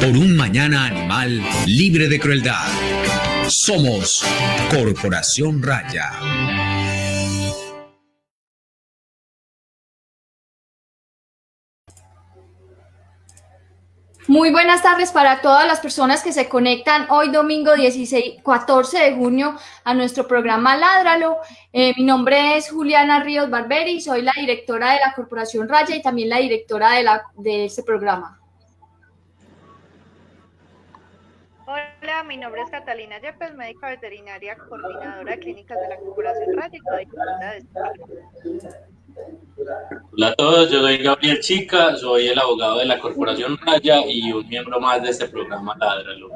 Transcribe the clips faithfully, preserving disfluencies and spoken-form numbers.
por un mañana animal libre de crueldad. Somos Corporación Raya. Muy buenas tardes para todas las personas que se conectan hoy domingo dieciséis, catorce de junio a nuestro programa Ládralo. Eh, mi nombre es Juliana Ríos Barberi, soy la directora de la Corporación Raya y también la directora de, la, de este programa. Hola, mi nombre es Catalina Yepes, médica veterinaria, coordinadora de clínicas de la Corporación Raya y co-directora de este programa. Hola a todos, yo soy Gabriel Chica, soy el abogado de la Corporación Raya y un miembro más de este programa Ládralo.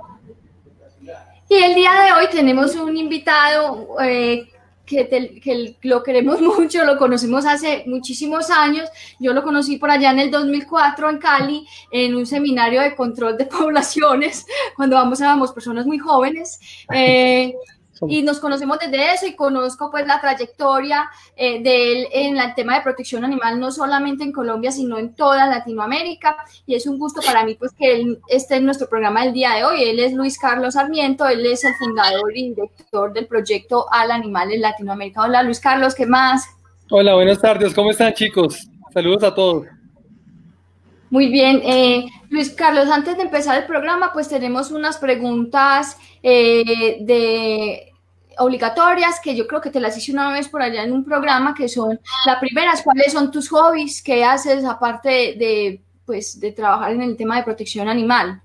Y el día de hoy tenemos un invitado eh, que, te, que lo queremos mucho, lo conocimos hace muchísimos años. Yo lo conocí por allá en el dos mil cuatro en Cali, en un seminario de control de poblaciones, cuando vamos éramos personas muy jóvenes. Eh, Y nos conocemos desde eso y conozco pues la trayectoria eh, de él en el tema de protección animal, no solamente en Colombia, sino en toda Latinoamérica. Y es un gusto para mí pues que él esté en nuestro programa del día de hoy. Él es Luis Carlos Sarmiento, él es el fundador y director del proyecto Al Animal en Latinoamérica. Hola Luis Carlos, ¿qué más? Hola, buenas tardes, ¿cómo están chicos? Saludos a todos. Muy bien, eh, Luis Carlos, antes de empezar el programa pues tenemos unas preguntas eh, de... obligatorias, que yo creo que te las hice una vez por allá en un programa, que son, la primera es cuáles son tus hobbies, qué haces aparte de, de, pues, de trabajar en el tema de protección animal.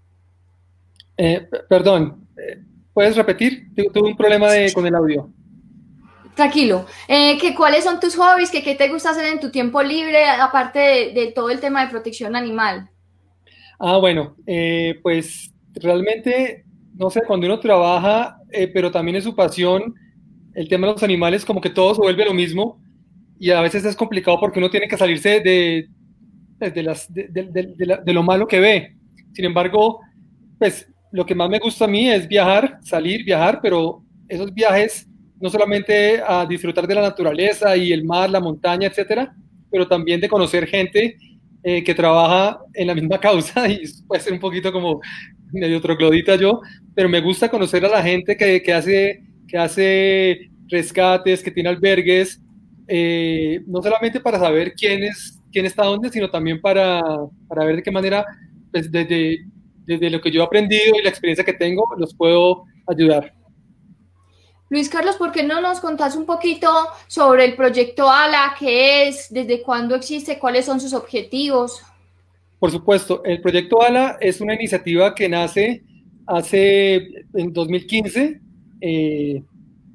Eh, perdón, ¿puedes repetir? Tuve un problema de, con el audio. Tranquilo. Eh, que ¿cuáles son tus hobbies? Que, ¿Qué te gusta hacer en tu tiempo libre, aparte de, de todo el tema de protección animal? Ah, bueno, eh, pues realmente, no sé, cuando uno trabaja, eh, pero también es su pasión, el tema de los animales, como que todo se vuelve lo mismo y a veces es complicado porque uno tiene que salirse de, de, de, las, de, de, de, de, la, de lo malo que ve. Sin embargo, pues lo que más me gusta a mí es viajar, salir, viajar, pero esos viajes no solamente a disfrutar de la naturaleza y el mar, la montaña, etcétera, pero también de conocer gente eh, que trabaja en la misma causa, y puede ser un poquito como medio troglodita yo, pero me gusta conocer a la gente que, que, hace, que hace rescates, que tiene albergues, eh, no solamente para saber quién, es, quién está dónde, sino también para, para ver de qué manera, pues, desde, desde lo que yo he aprendido y la experiencia que tengo, los puedo ayudar. Luis Carlos, ¿por qué no nos contás un poquito sobre el proyecto ALA? ¿Qué es? ¿Desde cuándo existe? ¿Cuáles son sus objetivos? Por supuesto, el proyecto ALA es una iniciativa que nace hace, en dos mil quince, eh,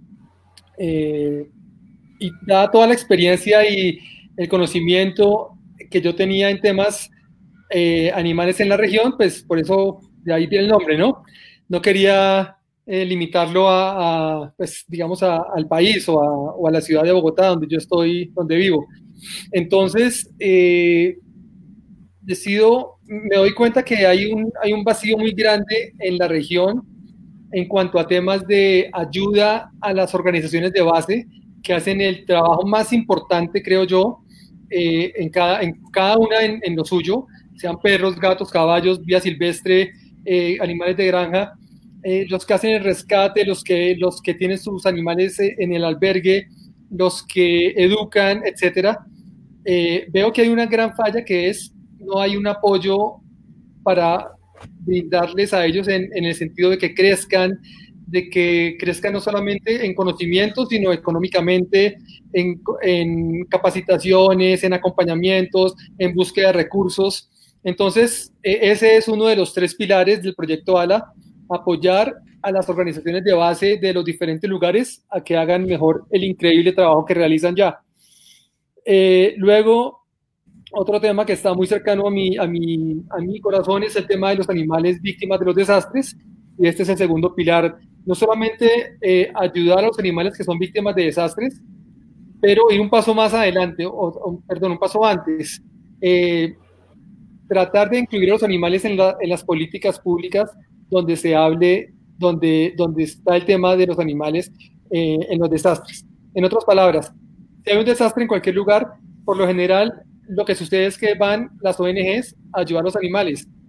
eh, y dada toda la experiencia y el conocimiento que yo tenía en temas eh, animales en la región, pues por eso de ahí viene el nombre, ¿no? No quería eh, limitarlo a, a pues, digamos, a, al país o a, o a la ciudad de Bogotá, donde yo estoy, donde vivo. Entonces, eh, decido, me doy cuenta que hay un, hay un vacío muy grande en la región en cuanto a temas de ayuda a las organizaciones de base que hacen el trabajo más importante, creo yo, eh, en, cada, en cada una en, en lo suyo, sean perros, gatos, caballos, vida silvestre, eh, animales de granja, eh, los que hacen el rescate, los que, los que tienen sus animales en el albergue, los que educan, etcétera. Eh, veo que hay una gran falla, que es no hay un apoyo para brindarles a ellos en, en el sentido de que crezcan, de que crezcan no solamente en conocimiento, sino económicamente, en, en capacitaciones, en acompañamientos, en búsqueda de recursos. Entonces, ese es uno de los tres pilares del proyecto ALA: apoyar a las organizaciones de base de los diferentes lugares a que hagan mejor el increíble trabajo que realizan ya. Eh, luego, otro tema que está muy cercano a mi, a, mi, a mi corazón es el tema de los animales víctimas de los desastres, y este es el segundo pilar. No solamente eh, ayudar a los animales que son víctimas de desastres, pero ir un paso más adelante, o, o perdón, un paso antes. Eh, tratar de incluir a los animales en, la, en las políticas públicas donde se hable, donde, donde está el tema de los animales eh, en los desastres. En otras palabras, si hay un desastre en cualquier lugar, por lo general, lo que sucede es que van las O N Ges a ayudar a los animales.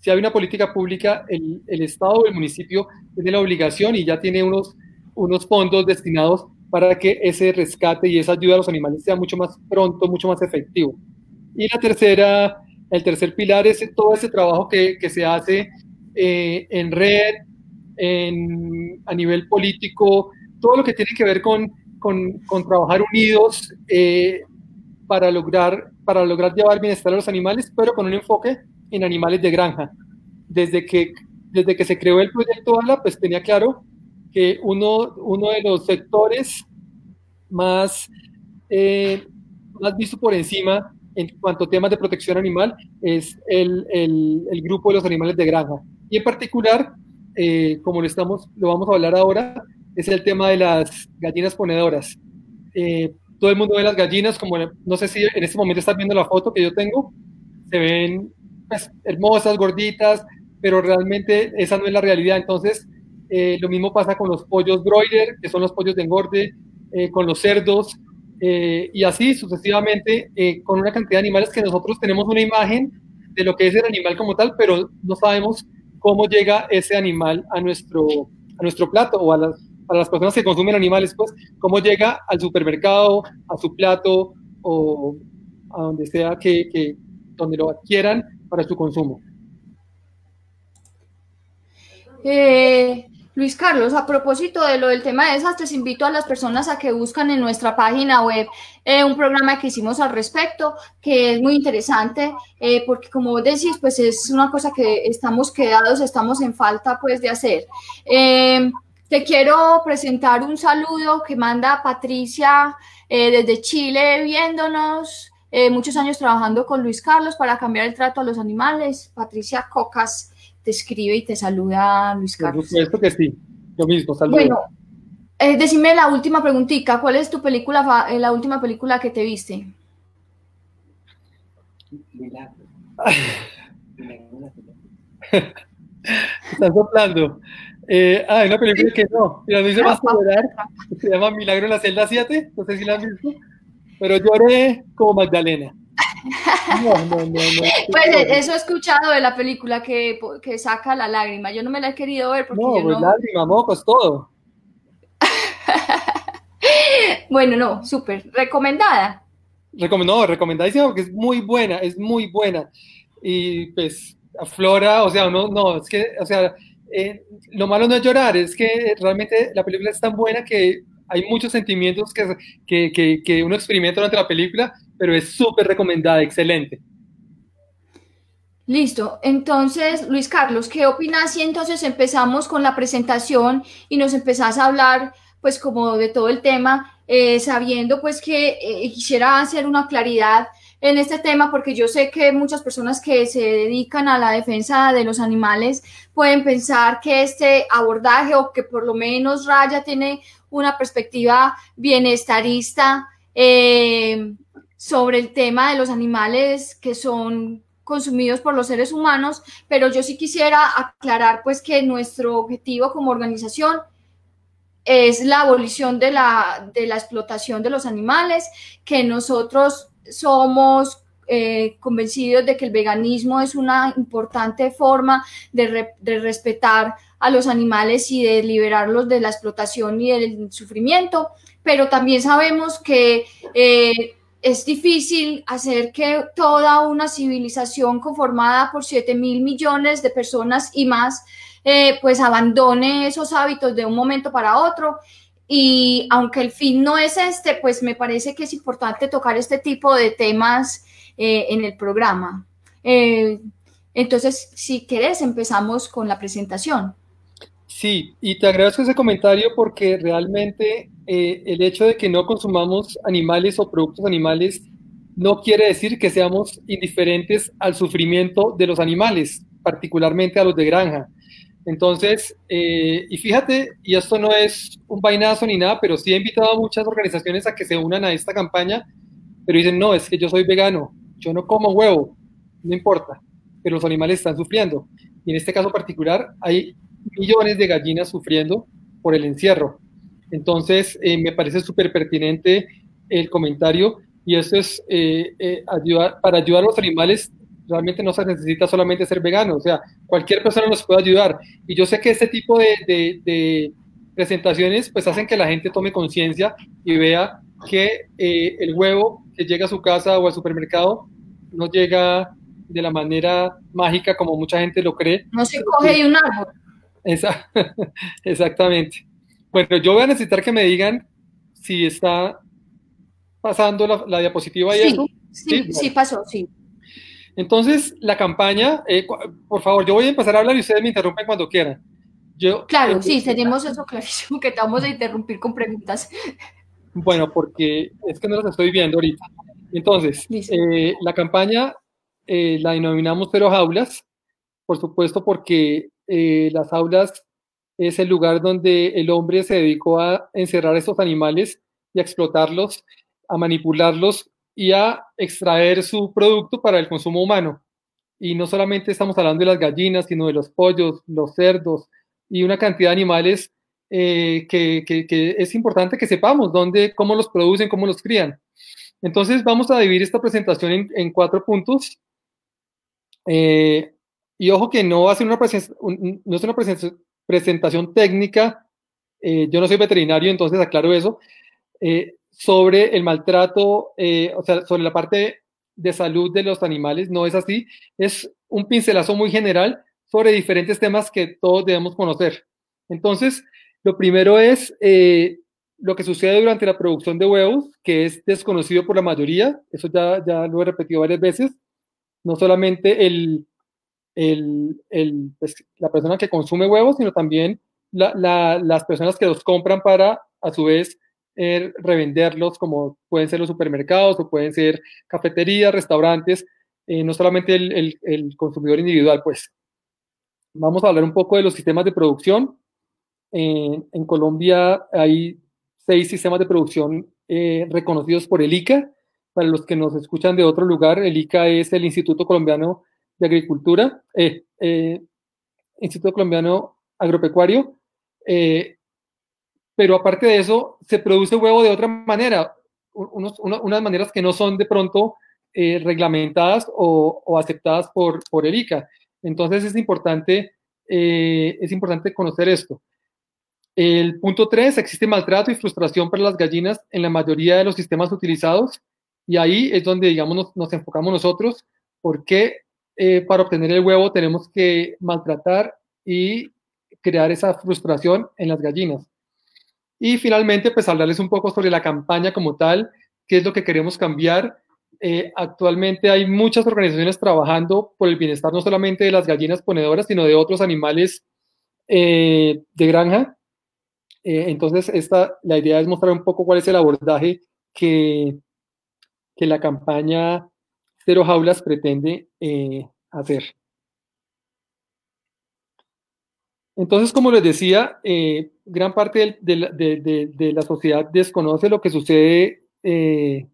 si hay una política pública, el, el Estado o el municipio tiene la obligación y ya tiene unos, unos fondos destinados para que ese rescate y esa ayuda a los animales sea mucho más pronto, mucho más efectivo. Y la tercera, el tercer pilar es todo ese trabajo que, que se hace eh, en red, en, a nivel político, todo lo que tiene que ver con, con, con trabajar unidos eh, para, lograr, para lograr llevar bienestar a los animales, pero con un enfoque en animales de granja. Desde que, desde que se creó el proyecto ALA, pues tenía claro que uno, uno de los sectores más, eh, más visto por encima en cuanto a temas de protección animal es el, el, el grupo de los animales de granja. Y en particular, eh, como lo, estamos, lo vamos a hablar ahora, es el tema de las gallinas ponedoras. Eh, todo el mundo ve las gallinas, como no sé si en este momento estás viendo la foto que yo tengo, se ven pues, hermosas, gorditas, pero realmente esa no es la realidad. Entonces, eh, lo mismo pasa con los pollos broiler, que son los pollos de engorde, eh, con los cerdos, eh, y así sucesivamente, eh, con una cantidad de animales que nosotros tenemos una imagen de lo que es el animal como tal, pero no sabemos cómo llega ese animal a nuestro, a nuestro plato o a las, a las personas que consumen animales, pues, cómo llega al supermercado, a su plato o a donde sea que, que donde lo adquieran para su consumo. Eh, Luis Carlos, a propósito de lo del tema de desastres, invito a las personas a que buscan en nuestra página web eh, un programa que hicimos al respecto, que es muy interesante, eh, porque como vos decís, pues es una cosa que estamos quedados, estamos en falta pues de hacer. Eh, te quiero presentar un saludo que manda Patricia eh, desde Chile viéndonos, eh, muchos años trabajando con Luis Carlos para cambiar el trato a los animales. Patricia Cocas te escribe y te saluda, Luis Carlos. Por supuesto que sí, yo mismo, saludo. Bueno, eh, decime la última preguntita, ¿cuál es tu película, la última película que te viste? Milagro. Están soplando. Eh, ah, hay una película que no, mira, no hice más que llorar, se llama Milagro en la celda siete, no sé si la han visto, pero lloré como Magdalena. No, no, no, no. Pues eso he escuchado de la película que, que saca la lágrima. Yo no me la he querido ver porque no, yo pues no. Lágrima, mocos, todo. Bueno, no, súper. ¿Recomendada? Recom no, recomendadísima porque es muy buena, es muy buena. Y pues aflora, o sea, no, no, es que, o sea, eh, lo malo no es llorar, es que realmente la película es tan buena que hay muchos sentimientos que, que, que, que uno experimenta durante la película, pero es súper recomendada, excelente. Listo. Entonces, Luis Carlos, ¿qué opinas si entonces empezamos con la presentación y nos empezás a hablar, pues, como de todo el tema, eh, sabiendo, pues, que eh, quisiera hacer una claridad en este tema, porque yo sé que muchas personas que se dedican a la defensa de los animales pueden pensar que este abordaje o que por lo menos Raya tiene una perspectiva bienestarista eh, sobre el tema de los animales que son consumidos por los seres humanos, pero yo sí quisiera aclarar pues que nuestro objetivo como organización es la abolición de la, de la explotación de los animales, que nosotros somos eh, convencidos de que el veganismo es una importante forma de, re, de respetar a los animales y de liberarlos de la explotación y del sufrimiento, pero también sabemos que eh, es difícil hacer que toda una civilización conformada por siete mil millones de personas y más, eh, pues abandone esos hábitos de un momento para otro. Y aunque el fin no es este, pues me parece que es importante tocar este tipo de temas eh, en el programa. Eh, entonces, si querés, empezamos con la presentación. Sí, y te agradezco ese comentario porque realmente eh, el hecho de que no consumamos animales o productos animales no quiere decir que seamos indiferentes al sufrimiento de los animales, particularmente a los de granja. Entonces, eh, y fíjate, y esto no es un vainazo ni nada, pero sí he invitado a muchas organizaciones a que se unan a esta campaña, pero dicen, no, es que yo soy vegano, yo no como huevo, no importa, pero los animales están sufriendo. Y en este caso particular hay millones de gallinas sufriendo por el encierro. Entonces, eh, me parece súper pertinente el comentario, y esto es eh, eh, ayudar, para ayudar a los animales realmente no se necesita solamente ser vegano, o sea, cualquier persona nos puede ayudar. Y yo sé que este tipo de, de, de presentaciones pues hacen que la gente tome conciencia y vea que eh, el huevo que llega a su casa o al supermercado no llega de la manera mágica como mucha gente lo cree. No se coge de un árbol. Esa, exactamente. Bueno, yo voy a necesitar que me digan si está pasando la, la diapositiva y Sí, eso. sí, Sí, bueno. sí pasó, sí. Entonces, la campaña, eh, por favor, yo voy a empezar a hablar y ustedes me interrumpen cuando quieran. Yo, Claro, eh, sí, tenemos eso clarísimo, que te vamos a interrumpir con preguntas. Bueno, porque es que no las estoy viendo ahorita. Entonces, eh, la campaña eh, la denominamos Cero Jaulas, por supuesto, porque eh, las jaulas es el lugar donde el hombre se dedicó a encerrar a estos animales y a explotarlos, a manipularlos y a extraer su producto para el consumo humano. Y no solamente estamos hablando de las gallinas, sino de los pollos, los cerdos y una cantidad de animales eh, que, que, que es importante que sepamos dónde, cómo los producen, cómo los crían. Entonces vamos a dividir esta presentación en, en cuatro puntos. Eh, y ojo que no va a ser una, un, no es una presentación técnica, eh, yo no soy veterinario, entonces aclaro eso, eh, sobre el maltrato, eh, o sea, sobre la parte de salud de los animales, no es así, es un pincelazo muy general sobre diferentes temas que todos debemos conocer. Entonces, lo primero es eh, lo que sucede durante la producción de huevos, que es desconocido por la mayoría, eso ya, ya lo he repetido varias veces, no solamente el, el, el, pues, la persona que consume huevos, sino también la, la, las personas que los compran para, a su vez, eh, revenderlos, como pueden ser los supermercados o pueden ser cafeterías, restaurantes, eh, no solamente el, el, el consumidor individual, pues. Vamos a hablar un poco de los sistemas de producción. Eh, en Colombia hay seis sistemas de producción eh, reconocidos por el ICA. Para los que nos escuchan de otro lugar, el ICA es el Instituto Colombiano de Agricultura, eh, eh, Instituto Colombiano Agropecuario. Eh, pero aparte de eso, se produce huevo de otra manera, unos, uno, unas maneras que no son de pronto eh, reglamentadas o, o aceptadas por, por el ICA. Entonces es importante, eh, es importante conocer esto. El punto tres, existe maltrato y frustración para las gallinas en la mayoría de los sistemas utilizados, y ahí es donde, digamos, nos, nos enfocamos nosotros, porque eh, para obtener el huevo tenemos que maltratar y crear esa frustración en las gallinas. Y finalmente, pues hablarles un poco sobre la campaña como tal, qué es lo que queremos cambiar. Eh, actualmente hay muchas organizaciones trabajando por el bienestar no solamente de las gallinas ponedoras, sino de otros animales eh, de granja. Eh, entonces, esta, la idea es mostrar un poco cuál es el abordaje que, que la campaña Cero Jaulas pretende eh, hacer. Entonces, como les decía, eh, gran parte de la, de, de, de la sociedad desconoce lo que sucede eh,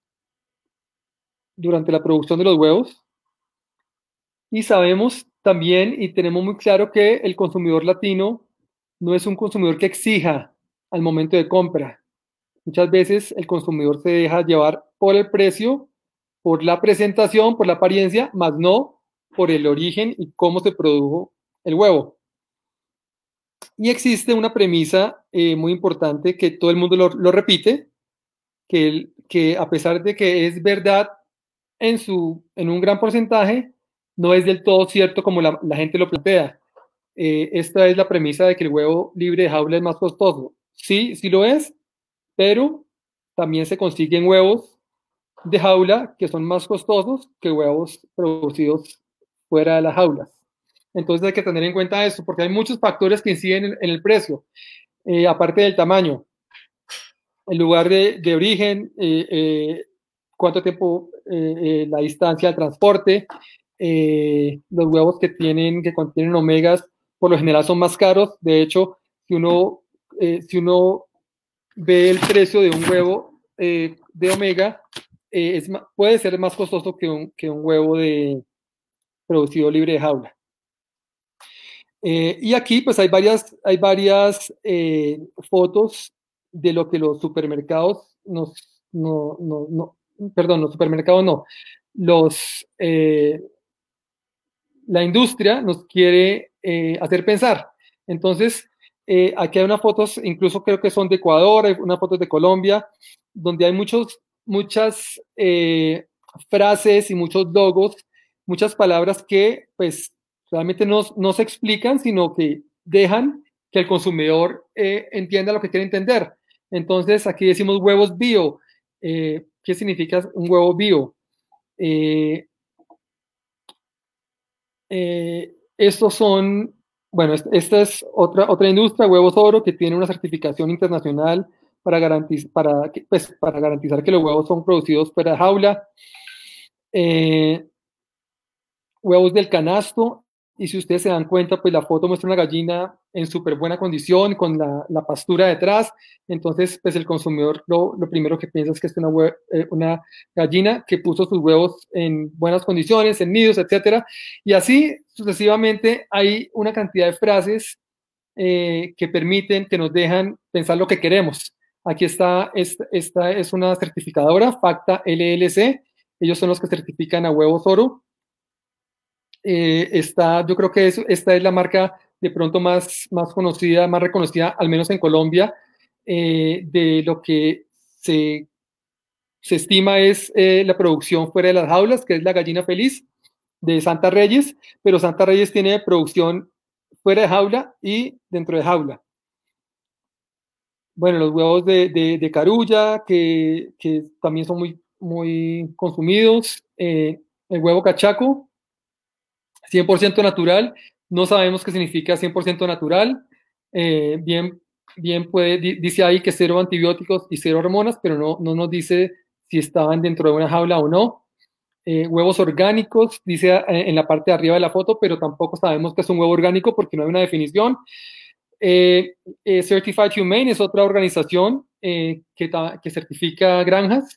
durante la producción de los huevos. Y sabemos también y tenemos muy claro que el consumidor latino no es un consumidor que exija al momento de compra. Muchas veces el consumidor se deja llevar por el precio, por la presentación, por la apariencia, más no por el origen y cómo se produjo el huevo. Y existe una premisa eh, muy importante que todo el mundo lo, lo repite, que, el, que a pesar de que es verdad en, su, en un gran porcentaje, no es del todo cierto como la, la gente lo plantea. Eh, esta es la premisa de que el huevo libre de jaula es más costoso. Sí, sí lo es, pero también se consiguen huevos de jaula que son más costosos que huevos producidos fuera de las jaulas. Entonces hay que tener en cuenta eso, porque hay muchos factores que inciden en, en el precio, eh, aparte del tamaño, el lugar de, de origen, eh, eh, cuánto tiempo, eh, eh, la distancia de transporte, eh, los huevos que tienen, que contienen omegas, por lo general son más caros. De hecho, si uno, eh, si uno ve el precio de un huevo eh, de omega, eh, es, puede ser más costoso que un, que un huevo de, producido libre de jaula. Eh, y aquí pues hay varias, hay varias eh, fotos de lo que los supermercados nos, no, no, no, perdón, los supermercados no, los, eh, la industria nos quiere eh, hacer pensar. Entonces, eh, aquí hay unas fotos, incluso creo que son de Ecuador, hay unas fotos de Colombia, donde hay muchos, muchas eh, frases y muchos logos, muchas palabras que pues realmente no, no se explican, sino que dejan que el consumidor eh, entienda lo que quiere entender. Entonces, aquí decimos huevos bio. Eh, ¿Qué significa un huevo bio? Eh, eh, estos son, bueno, esta es otra, otra industria, Huevos Oro, que tiene una certificación internacional para, garantiz para, pues, para garantizar que los huevos son producidos fuera de jaula. Eh, huevos del canasto, y si ustedes se dan cuenta, pues la foto muestra una gallina en súper buena condición, con la, la pastura detrás. Entonces, pues el consumidor lo, lo primero que piensa es que es una, eh, una gallina que puso sus huevos en buenas condiciones, en nidos, etcétera. Y así sucesivamente hay una cantidad de frases eh, que permiten, que nos dejan pensar lo que queremos. Aquí está, esta, esta es una certificadora, Facta L L C. Ellos son los que certifican a Huevos Oro. Eh, está, yo creo que es, esta es la marca de pronto más, más conocida, más reconocida, al menos en Colombia, eh, de lo que se, se estima es eh, la producción fuera de las jaulas, que es la gallina feliz de Santa Reyes, pero Santa Reyes tiene producción fuera de jaula y dentro de jaula. Bueno, los huevos de, de, de carulla, que, que también son muy, muy consumidos, eh, el huevo cachaco, cien por ciento natural, no sabemos qué significa cien por ciento natural, eh, bien, bien puede, dice ahí que cero antibióticos y cero hormonas, pero no, no nos dice si estaban dentro de una jaula o no. Eh, huevos orgánicos, dice en la parte de arriba de la foto, pero tampoco sabemos que es un huevo orgánico porque no hay una definición. Eh, eh, Certified Humane es otra organización eh, que, que certifica granjas.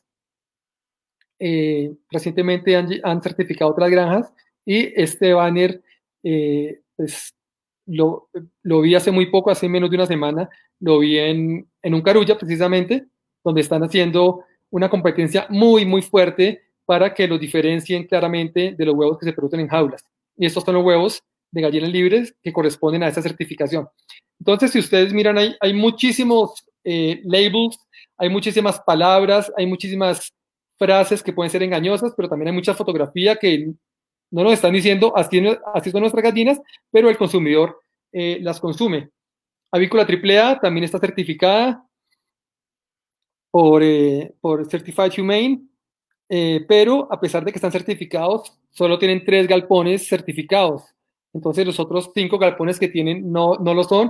Eh, recientemente han, han certificado otras granjas. Y este banner, eh, pues, lo, lo vi hace muy poco, hace menos de una semana, lo vi en, en un Carulla precisamente, donde están haciendo una competencia muy, muy fuerte para que los diferencien claramente de los huevos que se producen en jaulas. Y estos son los huevos de gallinas libres que corresponden a esa certificación. Entonces, si ustedes miran, hay, hay muchísimos eh, labels, hay muchísimas palabras, hay muchísimas frases que pueden ser engañosas, pero también hay mucha fotografía que no nos están diciendo así, así son nuestras gallinas, pero el consumidor eh, las consume. Avícola triple A también está certificada por, eh, por Certified Humane, eh, pero a pesar de que están certificados, solo tienen tres galpones certificados. Entonces los otros cinco galpones que tienen no, no lo son.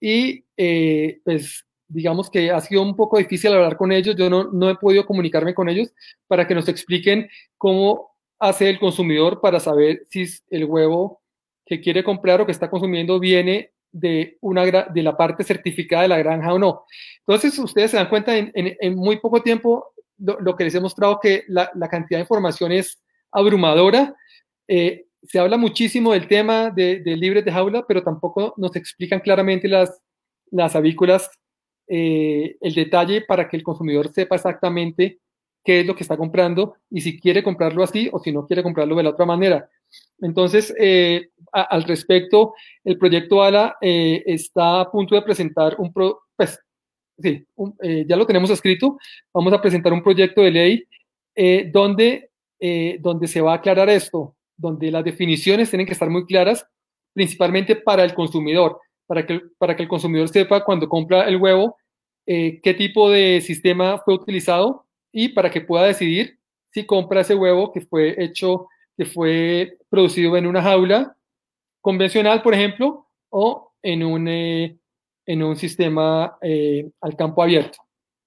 Y eh, pues digamos que ha sido un poco difícil hablar con ellos. Yo no, no he podido comunicarme con ellos para que nos expliquen cómo hace el consumidor para saber si el huevo que quiere comprar o que está consumiendo viene de, una, de la parte certificada de la granja o no. Entonces, ustedes se dan cuenta en, en, en muy poco tiempo lo, lo que les he mostrado, que la, la cantidad de información es abrumadora. Eh, se habla muchísimo del tema de, de libres de jaula, pero tampoco nos explican claramente las, las avícolas, eh, el detalle para que el consumidor sepa exactamente qué es lo que está comprando y si quiere comprarlo así o si no quiere comprarlo de la otra manera. Entonces, eh, a, al respecto, el proyecto ALA eh, está a punto de presentar un, pro, pues, sí, un, eh, ya lo tenemos escrito, vamos a presentar un proyecto de ley eh, donde, eh, donde se va a aclarar esto, donde las definiciones tienen que estar muy claras, principalmente para el consumidor, para que, para que el consumidor sepa cuando compra el huevo eh, qué tipo de sistema fue utilizado, y para que pueda decidir si compra ese huevo que fue hecho, que fue producido en una jaula convencional, por ejemplo, o en un, eh, en un sistema eh, al campo abierto.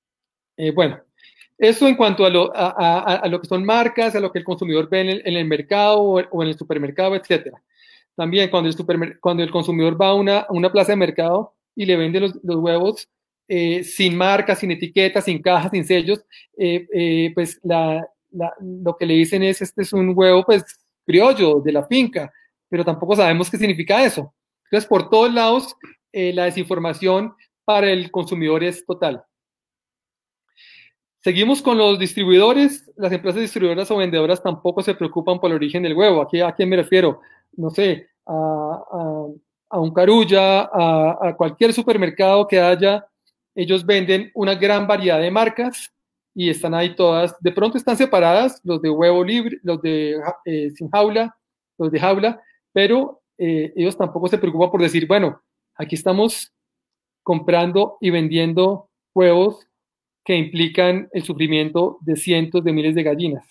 Eh, bueno, eso en cuanto a lo, a, a, a lo que son marcas, a lo que el consumidor ve en el, en el mercado o, o en el supermercado, etcétera. También cuando el, supermer cuando el consumidor va a una, a una plaza de mercado y le vende los, los huevos, Eh, sin marcas, sin etiquetas, sin cajas, sin sellos, eh, eh, pues la, la, lo que le dicen es, este es un huevo pues criollo de la finca, pero tampoco sabemos qué significa eso. Entonces, por todos lados, eh, la desinformación para el consumidor es total. Seguimos con los distribuidores. Las empresas distribuidoras o vendedoras tampoco se preocupan por el origen del huevo. Aquí, ¿a quién me refiero? no sé, a, a, a un Carulla, a, a cualquier supermercado que haya, ellos venden una gran variedad de marcas y están ahí todas, de pronto están separadas, los de huevo libre, los de eh, sin jaula, los de jaula, pero eh, ellos tampoco se preocupan por decir, bueno, aquí estamos comprando y vendiendo huevos que implican el sufrimiento de cientos de miles de gallinas.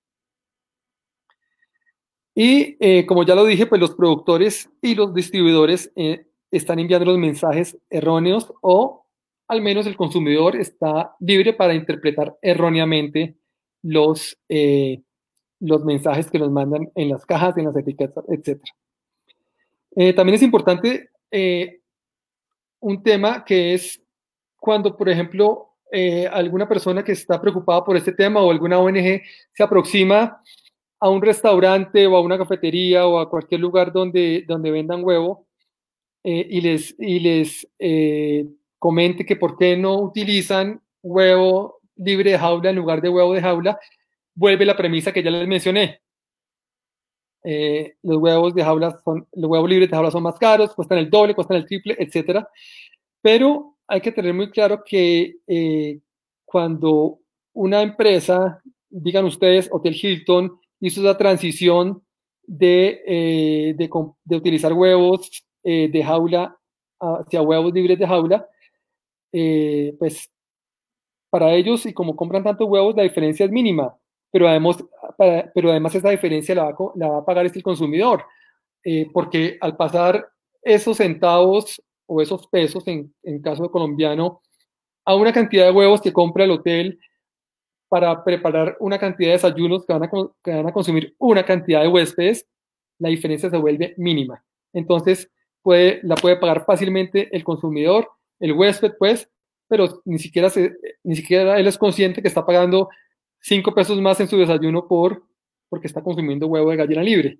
Y eh, como ya lo dije, pues los productores y los distribuidores eh, están enviando los mensajes erróneos, o al menos el consumidor está libre para interpretar erróneamente los, eh, los mensajes que nos mandan en las cajas, en las etiquetas, etcétera. Eh, también es importante eh, un tema que es cuando, por ejemplo, eh, alguna persona que está preocupada por este tema o alguna O N G se aproxima a un restaurante o a una cafetería o a cualquier lugar donde, donde vendan huevo eh, y les, y les eh, comente que por qué no utilizan huevo libre de jaula en lugar de huevo de jaula, vuelve la premisa que ya les mencioné. Eh, los huevos de jaula son, los huevos libres de jaula son más caros, cuestan el doble, cuestan el triple, etcétera. Pero hay que tener muy claro que eh, cuando una empresa, digan ustedes, Hotel Hilton, hizo esa transición de, eh, de, de utilizar huevos eh, de jaula hacia huevos libres de jaula, eh, pues para ellos, y como compran tantos huevos, la diferencia es mínima, pero además, para, pero además esa diferencia la va, la va a pagar este el consumidor, eh, porque al pasar esos centavos o esos pesos, en, en caso colombiano, a una cantidad de huevos que compra el hotel para preparar una cantidad de desayunos que van a, que van a consumir una cantidad de huéspedes, la diferencia se vuelve mínima. Entonces, puede, la puede pagar fácilmente el consumidor, el huésped, pues, pero ni siquiera, se, ni siquiera él es consciente que está pagando cinco pesos más en su desayuno por, porque está consumiendo huevo de gallina libre.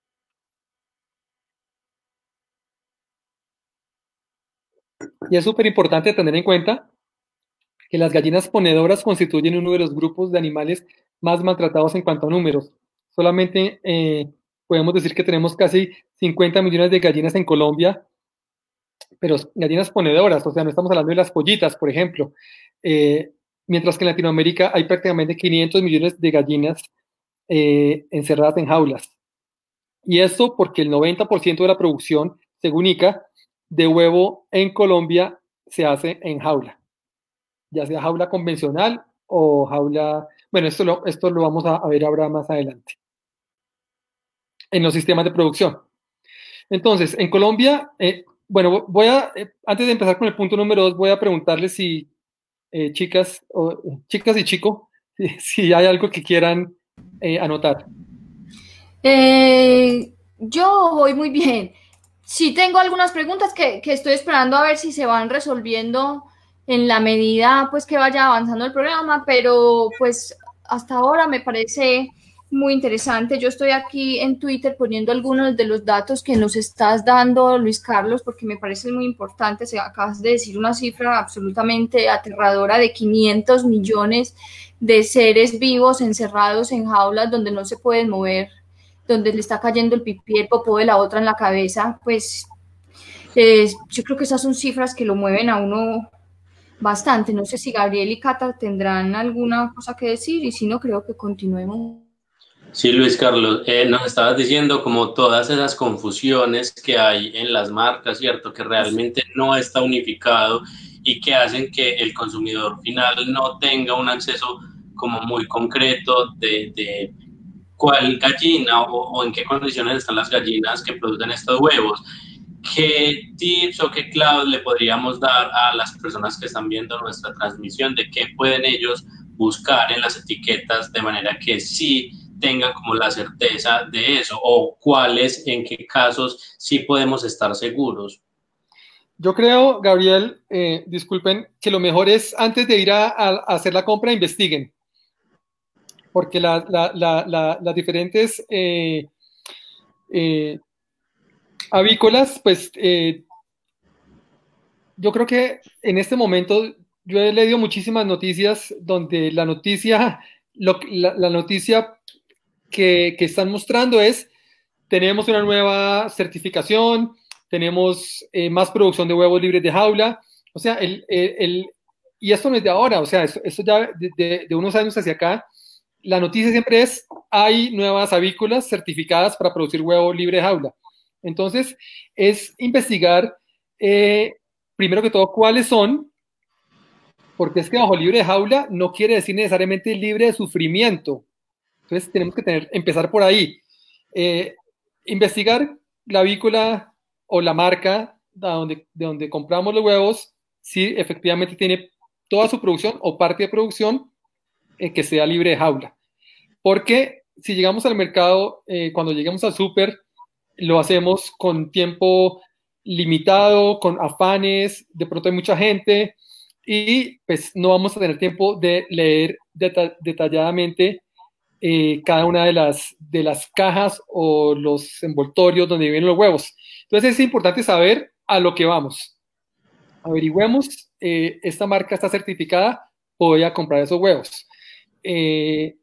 Y es súper importante tener en cuenta que las gallinas ponedoras constituyen uno de los grupos de animales más maltratados en cuanto a números. Solamente eh, podemos decir que tenemos casi cincuenta millones de gallinas en Colombia, pero gallinas ponedoras, o sea, no estamos hablando de las pollitas, por ejemplo. Eh, mientras que en Latinoamérica hay prácticamente quinientos millones de gallinas eh, encerradas en jaulas. Y esto porque el noventa por ciento de la producción, según I C A, de huevo en Colombia se hace en jaula, ya sea jaula convencional o jaula, bueno, esto lo, esto lo vamos a, a ver ahora más adelante, en los sistemas de producción. Entonces, en Colombia, eh, bueno, voy a, eh, antes de empezar con el punto número dos, voy a preguntarles si, eh, chicas, o, eh, chicas y chico, si, si hay algo que quieran eh, anotar. Eh, yo voy muy bien. Sí tengo algunas preguntas que, que estoy esperando a ver si se van resolviendo en la medida pues que vaya avanzando el programa, pero pues hasta ahora me parece muy interesante. Yo estoy aquí en Twitter poniendo algunos de los datos que nos estás dando, Luis Carlos, porque me parece muy importante. Se acabas de decir una cifra absolutamente aterradora de quinientos millones de seres vivos encerrados en jaulas donde no se pueden mover, donde le está cayendo el pipí, el popó de la otra en la cabeza. Pues eh, yo creo que esas son cifras que lo mueven a uno bastante. No sé si Gabriel y Cata tendrán alguna cosa que decir, y si no, creo que continuemos. Sí, Luis Carlos, eh, nos estabas diciendo como todas esas confusiones que hay en las marcas, ¿cierto? Que realmente no está unificado y que hacen que el consumidor final no tenga un acceso como muy concreto de, de cuál gallina o, o en qué condiciones están las gallinas que producen estos huevos. ¿Qué tips o qué claves le podríamos dar a las personas que están viendo nuestra transmisión de qué pueden ellos buscar en las etiquetas de manera que sí tengan como la certeza de eso, o cuáles, en qué casos sí podemos estar seguros? Yo creo, Gabriel, eh, disculpen, que lo mejor es antes de ir a, a hacer la compra, investiguen, porque la, la, la, la, las diferentes eh, eh, avícolas, pues eh, yo creo que en este momento yo he leído muchísimas noticias donde la noticia, lo, la, la noticia que, que están mostrando es tenemos una nueva certificación, tenemos eh, más producción de huevos libres de jaula, o sea, el, el, el, y esto no es de ahora, o sea, esto, esto ya de, de, de unos años hacia acá, la noticia siempre es, hay nuevas avícolas certificadas para producir huevo libre de jaula. Entonces, es investigar, eh, primero que todo, cuáles son, porque es que bajo libre de jaula no quiere decir necesariamente libre de sufrimiento. Entonces, tenemos que tener, empezar por ahí. Eh, investigar la avícola o la marca de donde, de donde compramos los huevos, si efectivamente tiene toda su producción o parte de producción eh, que sea libre de jaula. Porque si llegamos al mercado, eh, cuando lleguemos al súper, lo hacemos con tiempo limitado, con afanes, de pronto hay mucha gente y pues no vamos a tener tiempo de leer deta detalladamente eh, cada una de las, de las cajas o los envoltorios donde vienen los huevos. Entonces es importante saber a lo que vamos. Averigüemos, eh, esta marca está certificada, voy a comprar esos huevos. Eh,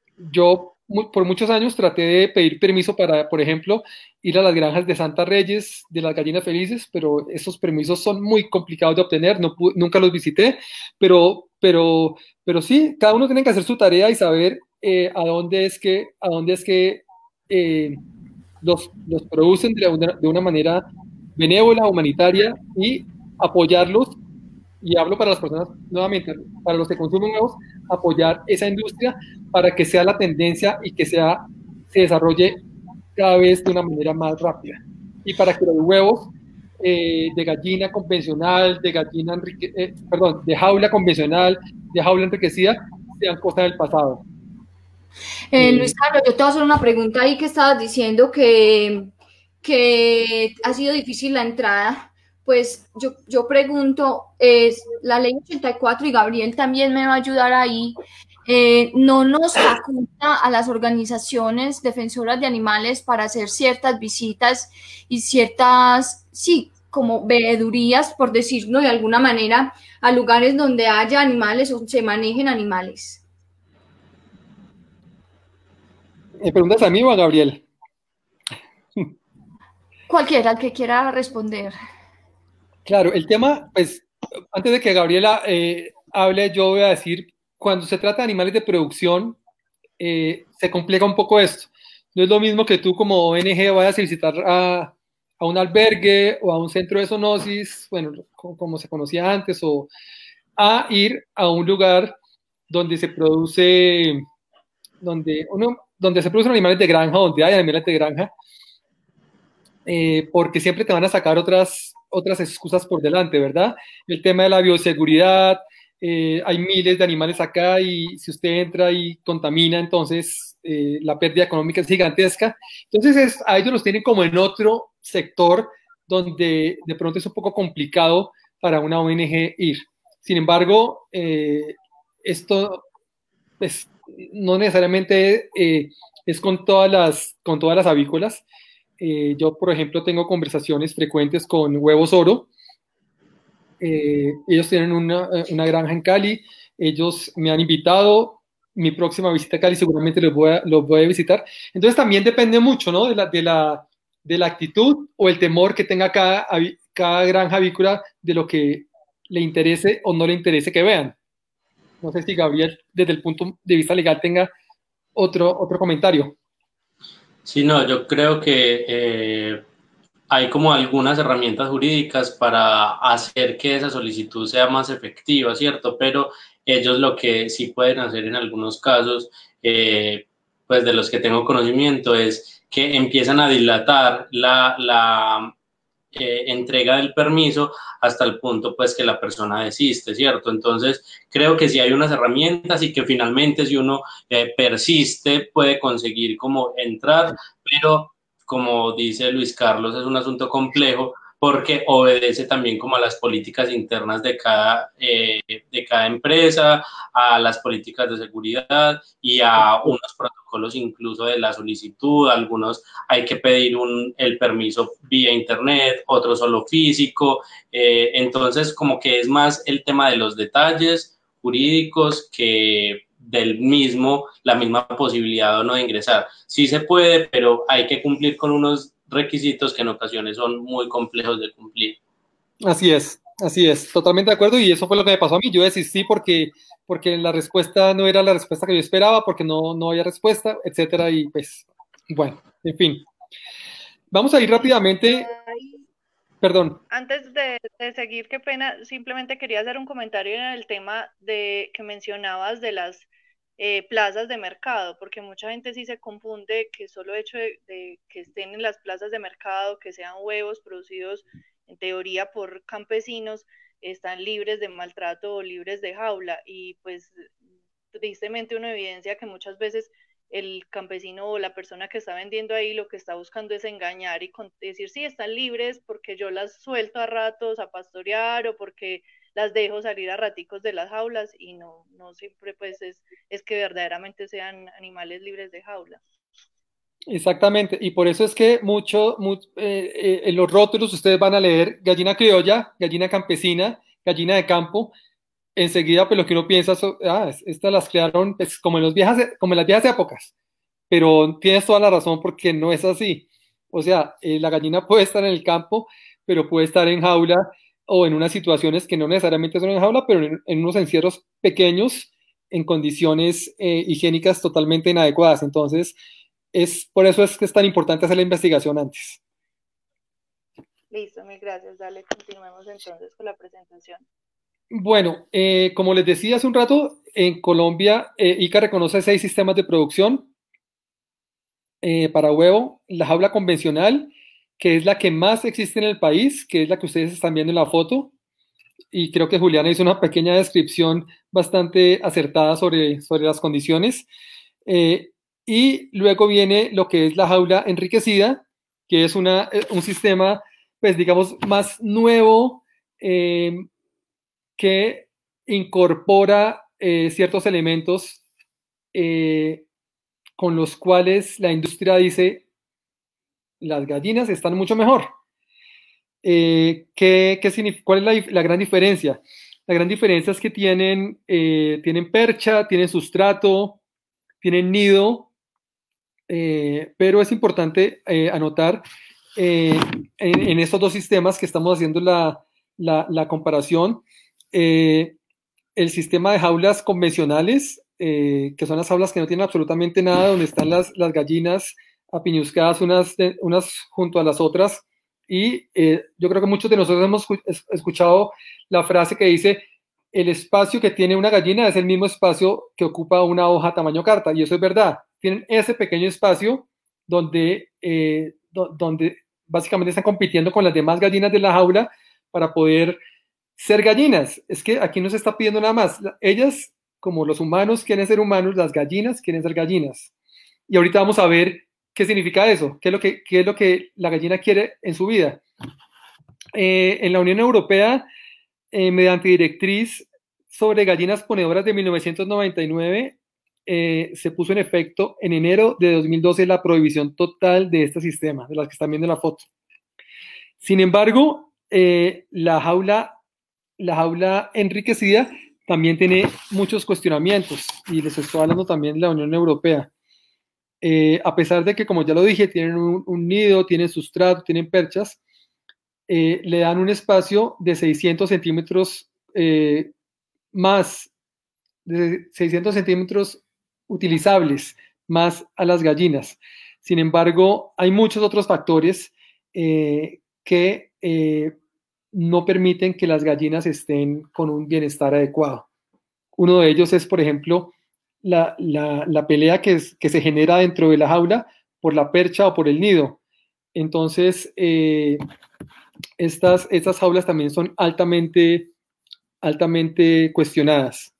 yo por muchos años traté de pedir permiso para, por ejemplo, ir a las granjas de Santa Reyes, de las gallinas felices, pero esos permisos son muy complicados de obtener, no pude, nunca los visité, pero, pero, pero sí, cada uno tiene que hacer su tarea y saber eh, a dónde es que, a dónde es que eh, los, los producen de una, de una manera benévola, humanitaria, y apoyarlos. Y hablo para las personas, nuevamente, para los que consumen huevos, apoyar esa industria para que sea la tendencia y que sea, se desarrolle cada vez de una manera más rápida. Y para que los huevos eh, de gallina convencional, de gallina enrique, eh, perdón, de jaula convencional, de jaula enriquecida, sean cosas del pasado. Eh, Luis Carlos, yo te voy a hacer una pregunta ahí que estabas diciendo que, que ha sido difícil la entrada. Pues yo, yo pregunto, es la ley ochenta y cuatro, y Gabriel también me va a ayudar ahí, eh, no nos faculta a las organizaciones defensoras de animales para hacer ciertas visitas y ciertas, sí, como veedurías, por decirlo de alguna manera, a lugares donde haya animales o se manejen animales. ¿Me preguntas a mí o a Gabriel? Cualquiera, el que quiera responder. Claro, el tema, pues, antes de que Gabriela eh, hable, yo voy a decir, cuando se trata de animales de producción, eh, se complica un poco esto. No es lo mismo que tú como O N G vayas a visitar a, a un albergue o a un centro de zoonosis, bueno, como, como se conocía antes, o a ir a un lugar donde se produce, donde, uno, donde se producen animales de granja, donde hay animales de granja, eh, porque siempre te van a sacar otras, otras excusas por delante, ¿verdad? El tema de la bioseguridad, eh, hay miles de animales acá y si usted entra y contamina, entonces eh, la pérdida económica es gigantesca. Entonces es, a ellos los tienen como en otro sector donde de pronto es un poco complicado para una O N G ir. Sin embargo, eh, esto pues, no necesariamente eh, es con todas las, con todas las avícolas. Eh, yo, por ejemplo, tengo conversaciones frecuentes con Huevos Oro. Eh, ellos tienen una, una granja en Cali. Ellos me han invitado. Mi próxima visita a Cali seguramente los voy a, los voy a visitar. Entonces también depende mucho, ¿no? de, la, de, la, de la actitud o el temor que tenga cada, cada granja avícola de lo que le interese o no le interese que vean. No sé si Gabriel, desde el punto de vista legal, tenga otro, otro comentario. Sí, no, yo creo que eh, hay como algunas herramientas jurídicas para hacer que esa solicitud sea más efectiva, ¿cierto? Pero ellos lo que sí pueden hacer en algunos casos, eh, pues de los que tengo conocimiento, es que empiezan a dilatar la, la eh, entrega del permiso hasta el punto pues que la persona desiste, ¿cierto? Entonces creo que sí hay unas herramientas y que finalmente si uno eh, persiste puede conseguir como entrar, pero como dice Luis Carlos es un asunto complejo porque obedece también como a las políticas internas de cada, eh, de cada empresa, a las políticas de seguridad y a unos protocolos incluso de la solicitud. Algunos hay que pedir un, el permiso vía internet, otros solo físico. Eh, entonces como que es más el tema de los detalles jurídicos que del mismo, la misma posibilidad o no de ingresar. Sí se puede, pero hay que cumplir con unos requisitos que en ocasiones son muy complejos de cumplir. Así es, así es, totalmente de acuerdo, y eso fue lo que me pasó a mí. Yo desistí porque, porque la respuesta no era la respuesta que yo esperaba, porque no, no había respuesta, etcétera, y pues, bueno, en fin. Vamos a ir rápidamente, perdón. Antes de, de seguir, qué pena, simplemente quería hacer un comentario en el tema de que mencionabas de las eh, plazas de mercado, porque mucha gente sí se confunde que solo hecho de, de que estén en las plazas de mercado, que sean huevos producidos en teoría por campesinos, están libres de maltrato o libres de jaula, y pues tristemente uno evidencia que muchas veces el campesino o la persona que está vendiendo ahí lo que está buscando es engañar y con, decir, sí, están libres porque yo las suelto a ratos a pastorear o porque las dejo salir a raticos de las jaulas, y no, no siempre pues es, es que verdaderamente sean animales libres de jaula. Exactamente, y por eso es que mucho, mucho eh, eh, en los rótulos ustedes van a leer gallina criolla, gallina campesina, gallina de campo. Enseguida pues lo que uno piensa, so, ah, estas las crearon pues, como, en los viejas, como en las viejas épocas, pero tienes toda la razón porque no es así. O sea, eh, la gallina puede estar en el campo, pero puede estar en jaula o en unas situaciones que no necesariamente son en jaula, pero en, en unos encierros pequeños, en condiciones eh, higiénicas totalmente inadecuadas. Entonces, es, por eso es que es tan importante hacer la investigación antes. Listo, mil gracias. Dale, continuemos entonces con la presentación. Bueno, eh, como les decía hace un rato, en Colombia eh, I C A reconoce seis sistemas de producción eh, para huevo. La jaula convencional, que es la que más existe en el país, que es la que ustedes están viendo en la foto, y creo que Juliana hizo una pequeña descripción bastante acertada sobre, sobre las condiciones. Eh, y luego viene lo que es la jaula enriquecida, que es una, un sistema, pues digamos, más nuevo, eh, que incorpora eh, ciertos elementos eh, con los cuales la industria dice las gallinas están mucho mejor. Eh, ¿qué, qué significa, ¿Cuál es la, la gran diferencia? La gran diferencia es que tienen, eh, tienen percha, tienen sustrato, tienen nido, eh, pero es importante eh, anotar eh, en, en estos dos sistemas que estamos haciendo la, la, la comparación, eh, el sistema de jaulas convencionales, eh, que son las jaulas que no tienen absolutamente nada, donde están las, las gallinas apiñuscadas unas, de, unas junto a las otras, y eh, yo creo que muchos de nosotros hemos escuchado la frase que dice, el espacio que tiene una gallina es el mismo espacio que ocupa una hoja tamaño carta, y eso es verdad. Tienen ese pequeño espacio donde, eh, do, donde básicamente están compitiendo con las demás gallinas de la jaula para poder ser gallinas. Es que aquí no se está pidiendo nada más. Ellas, como los humanos quieren ser humanos, las gallinas quieren ser gallinas. Y ahorita vamos a ver qué significa eso, qué es lo que, qué es lo que la gallina quiere en su vida. Eh, en la Unión Europea, eh, mediante directriz sobre gallinas ponedoras de mil novecientos noventa y nueve, eh, se puso en efecto en enero de dos mil doce la prohibición total de este sistema, de las que están viendo en la foto. Sin embargo, eh, la jaula, la jaula enriquecida también tiene muchos cuestionamientos, y les estoy hablando también de la Unión Europea. Eh, a pesar de que, como ya lo dije, tienen un, un nido, tienen sustrato, tienen perchas, eh, le dan un espacio de seiscientos centímetros eh, más, de seiscientos centímetros utilizables más a las gallinas. Sin embargo, hay muchos otros factores eh, que eh, no permiten que las gallinas estén con un bienestar adecuado. Uno de ellos es, por ejemplo, la, la, la pelea que, es, que se genera dentro de la jaula por la percha o por el nido. Entonces, eh, estas, estas jaulas también son altamente, altamente cuestionadas.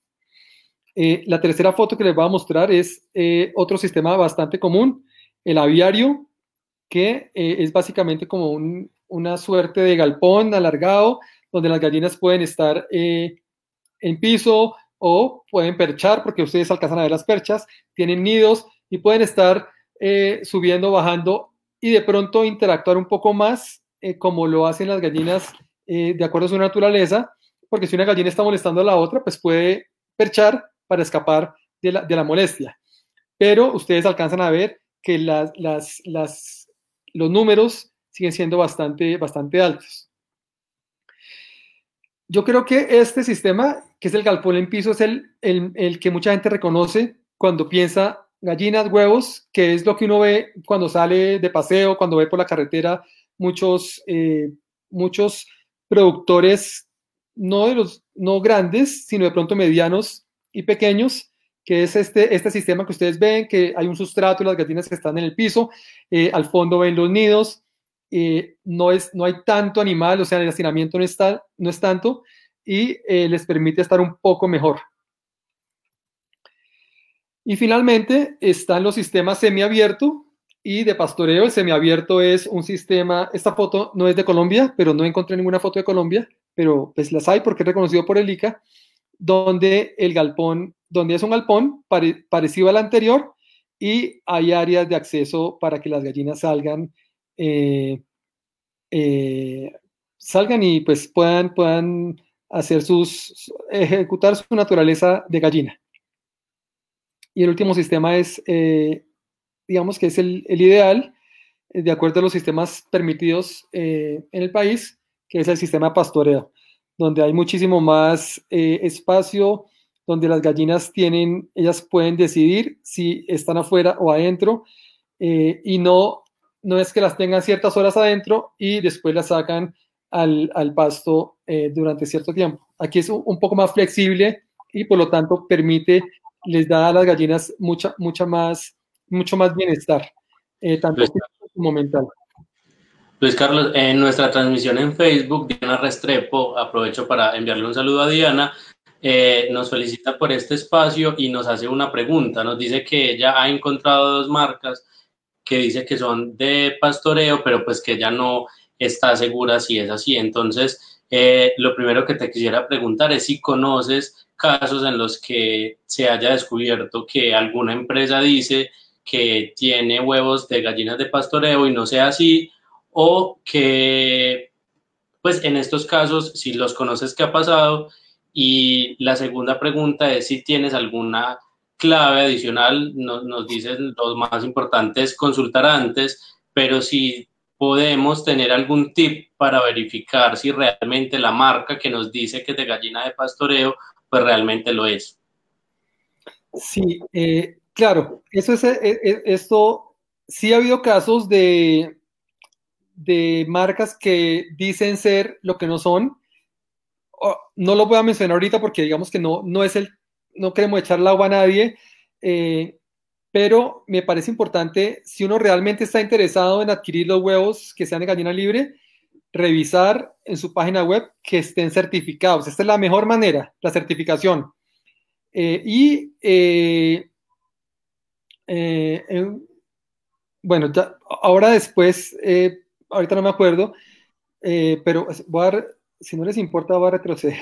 Eh, la tercera foto que les voy a mostrar es eh, otro sistema bastante común, el aviario, que eh, es básicamente como un, una suerte de galpón alargado, donde las gallinas pueden estar eh, en piso o pueden perchar, porque ustedes alcanzan a ver las perchas, tienen nidos y pueden estar eh, subiendo, bajando y de pronto interactuar un poco más eh, como lo hacen las gallinas eh, de acuerdo a su naturaleza, porque si una gallina está molestando a la otra, pues puede perchar para escapar de la, de la molestia. Pero ustedes alcanzan a ver que las, las, las, los números siguen siendo bastante, bastante altos. Yo creo que este sistema, que es el galpón en piso, es el, el, el que mucha gente reconoce cuando piensa gallinas, huevos, que es lo que uno ve cuando sale de paseo, cuando ve por la carretera muchos, eh, muchos productores, no, de los, no grandes, sino de pronto medianos y pequeños, que es este, este sistema que ustedes ven, que hay un sustrato y las gallinas que están en el piso, eh, al fondo ven los nidos, eh, no, es, no hay tanto animal, o sea, el hacinamiento no, está, no es tanto, y eh, les permite estar un poco mejor. Y finalmente están los sistemas semiabierto y de pastoreo. El semiabierto es un sistema, esta foto no es de Colombia, pero no encontré ninguna foto de Colombia, pero pues las hay porque es reconocido por el I C A, donde el galpón, donde es un galpón pare, parecido al anterior y hay áreas de acceso para que las gallinas salgan, eh, eh, salgan y pues puedan, puedan hacer sus, ejecutar su naturaleza de gallina. Y el último sistema es, eh, digamos que es el, el ideal, eh, de acuerdo a los sistemas permitidos eh, en el país, que es el sistema de pastoreo, donde hay muchísimo más eh, espacio, donde las gallinas tienen, ellas pueden decidir si están afuera o adentro, eh, y no, no es que las tengan ciertas horas adentro y después las sacan al, al pasto eh, durante cierto tiempo. Aquí es un, un poco más flexible y por lo tanto permite, les da a las gallinas mucha, mucha más, mucho más bienestar, eh, tanto físico como mental. Luis Carlos, en nuestra transmisión en Facebook, Diana Restrepo, aprovecho para enviarle un saludo a Diana, eh, nos felicita por este espacio y nos hace una pregunta. Nos dice que ella ha encontrado dos marcas que dice que son de pastoreo, pero pues que ella no está segura si es así. Entonces, eh, lo primero que te quisiera preguntar es si conoces casos en los que se haya descubierto que alguna empresa dice que tiene huevos de gallinas de pastoreo y no sea así, o que, pues en estos casos, si los conoces, ¿qué ha pasado? Y la segunda pregunta es si tienes alguna clave adicional, nos, nos dicen los más importantes consultar antes, pero si podemos tener algún tip para verificar si realmente la marca que nos dice que es de gallina de pastoreo, pues realmente lo es. Sí, eh, claro, eso es, es, esto, sí ha habido casos de, de marcas que dicen ser lo que no son. Oh, no lo voy a mencionar ahorita porque digamos que no, no es el, no queremos echarle agua a nadie, eh, pero me parece importante, si uno realmente está interesado en adquirir los huevos que sean de gallina libre, revisar en su página web que estén certificados. Esta es la mejor manera, la certificación. Eh, y eh, eh, eh, bueno, ya, ahora después, eh, ahorita no me acuerdo, eh, pero voy a, si no les importa, voy a retroceder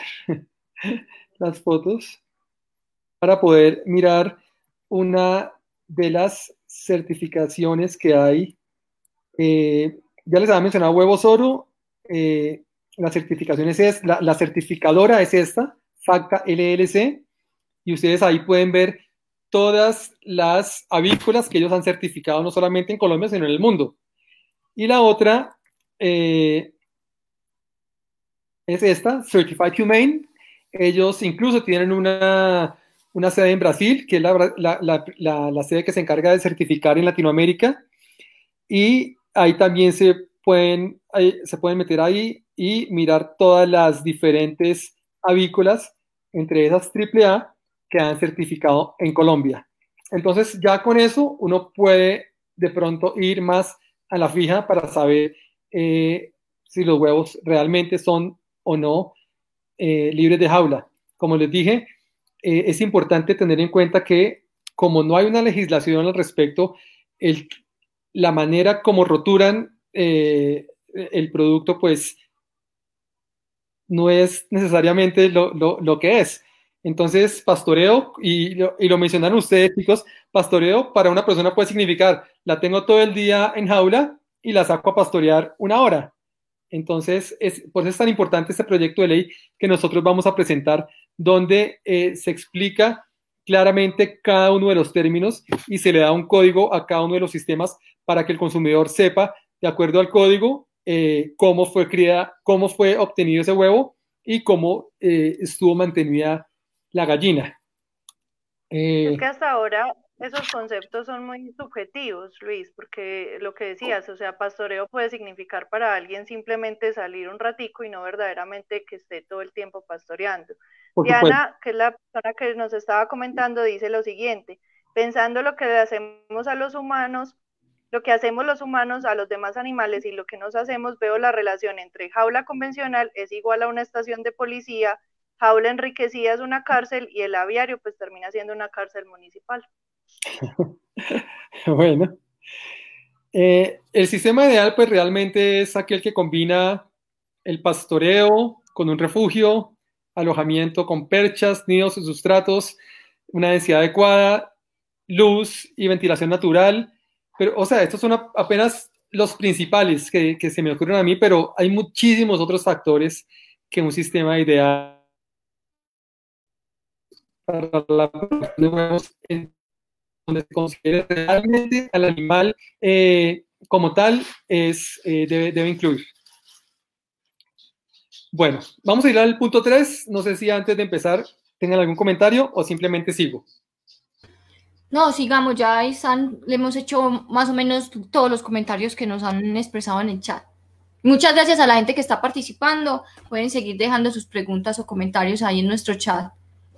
las fotos para poder mirar una de las certificaciones que hay. Eh, ya les había mencionado Huevos Oro, eh, la certificación es, es la, la certificadora es esta, FACTA L L C, y ustedes ahí pueden ver todas las avícolas que ellos han certificado, no solamente en Colombia, sino en el mundo. Y la otra eh, es esta, Certified Humane. Ellos incluso tienen una, una sede en Brasil, que es la, la, la, la, la sede que se encarga de certificar en Latinoamérica. Y ahí también se pueden, ahí, se pueden meter ahí y mirar todas las diferentes avícolas, entre esas triple A, que han certificado en Colombia. Entonces ya con eso uno puede de pronto ir más a la fija para saber eh, si los huevos realmente son o no eh, libres de jaula. Como les dije, eh, es importante tener en cuenta que como no hay una legislación al respecto, el, la manera como roturan eh, el producto pues no es necesariamente lo, lo, lo que es. Entonces, pastoreo, y lo, y lo mencionaron ustedes, chicos, pastoreo para una persona puede significar, la tengo todo el día en jaula y la saco a pastorear una hora. Entonces, es, por eso es tan importante este proyecto de ley que nosotros vamos a presentar, donde eh, se explica claramente cada uno de los términos y se le da un código a cada uno de los sistemas para que el consumidor sepa, de acuerdo al código, eh, cómo fue criada, cómo fue obtenido ese huevo y cómo eh, estuvo mantenida la gallina. Eh, es que hasta ahora esos conceptos son muy subjetivos, Luis, porque lo que decías, o sea, pastoreo puede significar para alguien simplemente salir un ratico y no verdaderamente que esté todo el tiempo pastoreando. Diana, que es la persona que nos estaba comentando, dice lo siguiente: pensando lo que le hacemos a los humanos, lo que hacemos los humanos a los demás animales y lo que nos hacemos, veo la relación entre jaula convencional es igual a una estación de policía, jaula enriquecida es una cárcel y el aviario pues termina siendo una cárcel municipal. Bueno, eh, el sistema ideal pues realmente es aquel que combina el pastoreo con un refugio, alojamiento con perchas, nidos y sustratos, una densidad adecuada, luz y ventilación natural. Pero, o sea, estos son apenas los principales que, que se me ocurren a mí, pero hay muchísimos otros factores que un sistema ideal para la producción de huevos, donde se considere realmente al animal eh, como tal, es, eh, debe, debe incluir. Bueno, vamos a ir al punto tres. No sé si antes de empezar tengan algún comentario o simplemente sigo. No, sigamos, ya están, le hemos hecho más o menos todos los comentarios que nos han expresado en el chat. Muchas gracias a la gente que está participando. Pueden seguir dejando sus preguntas o comentarios ahí en nuestro chat.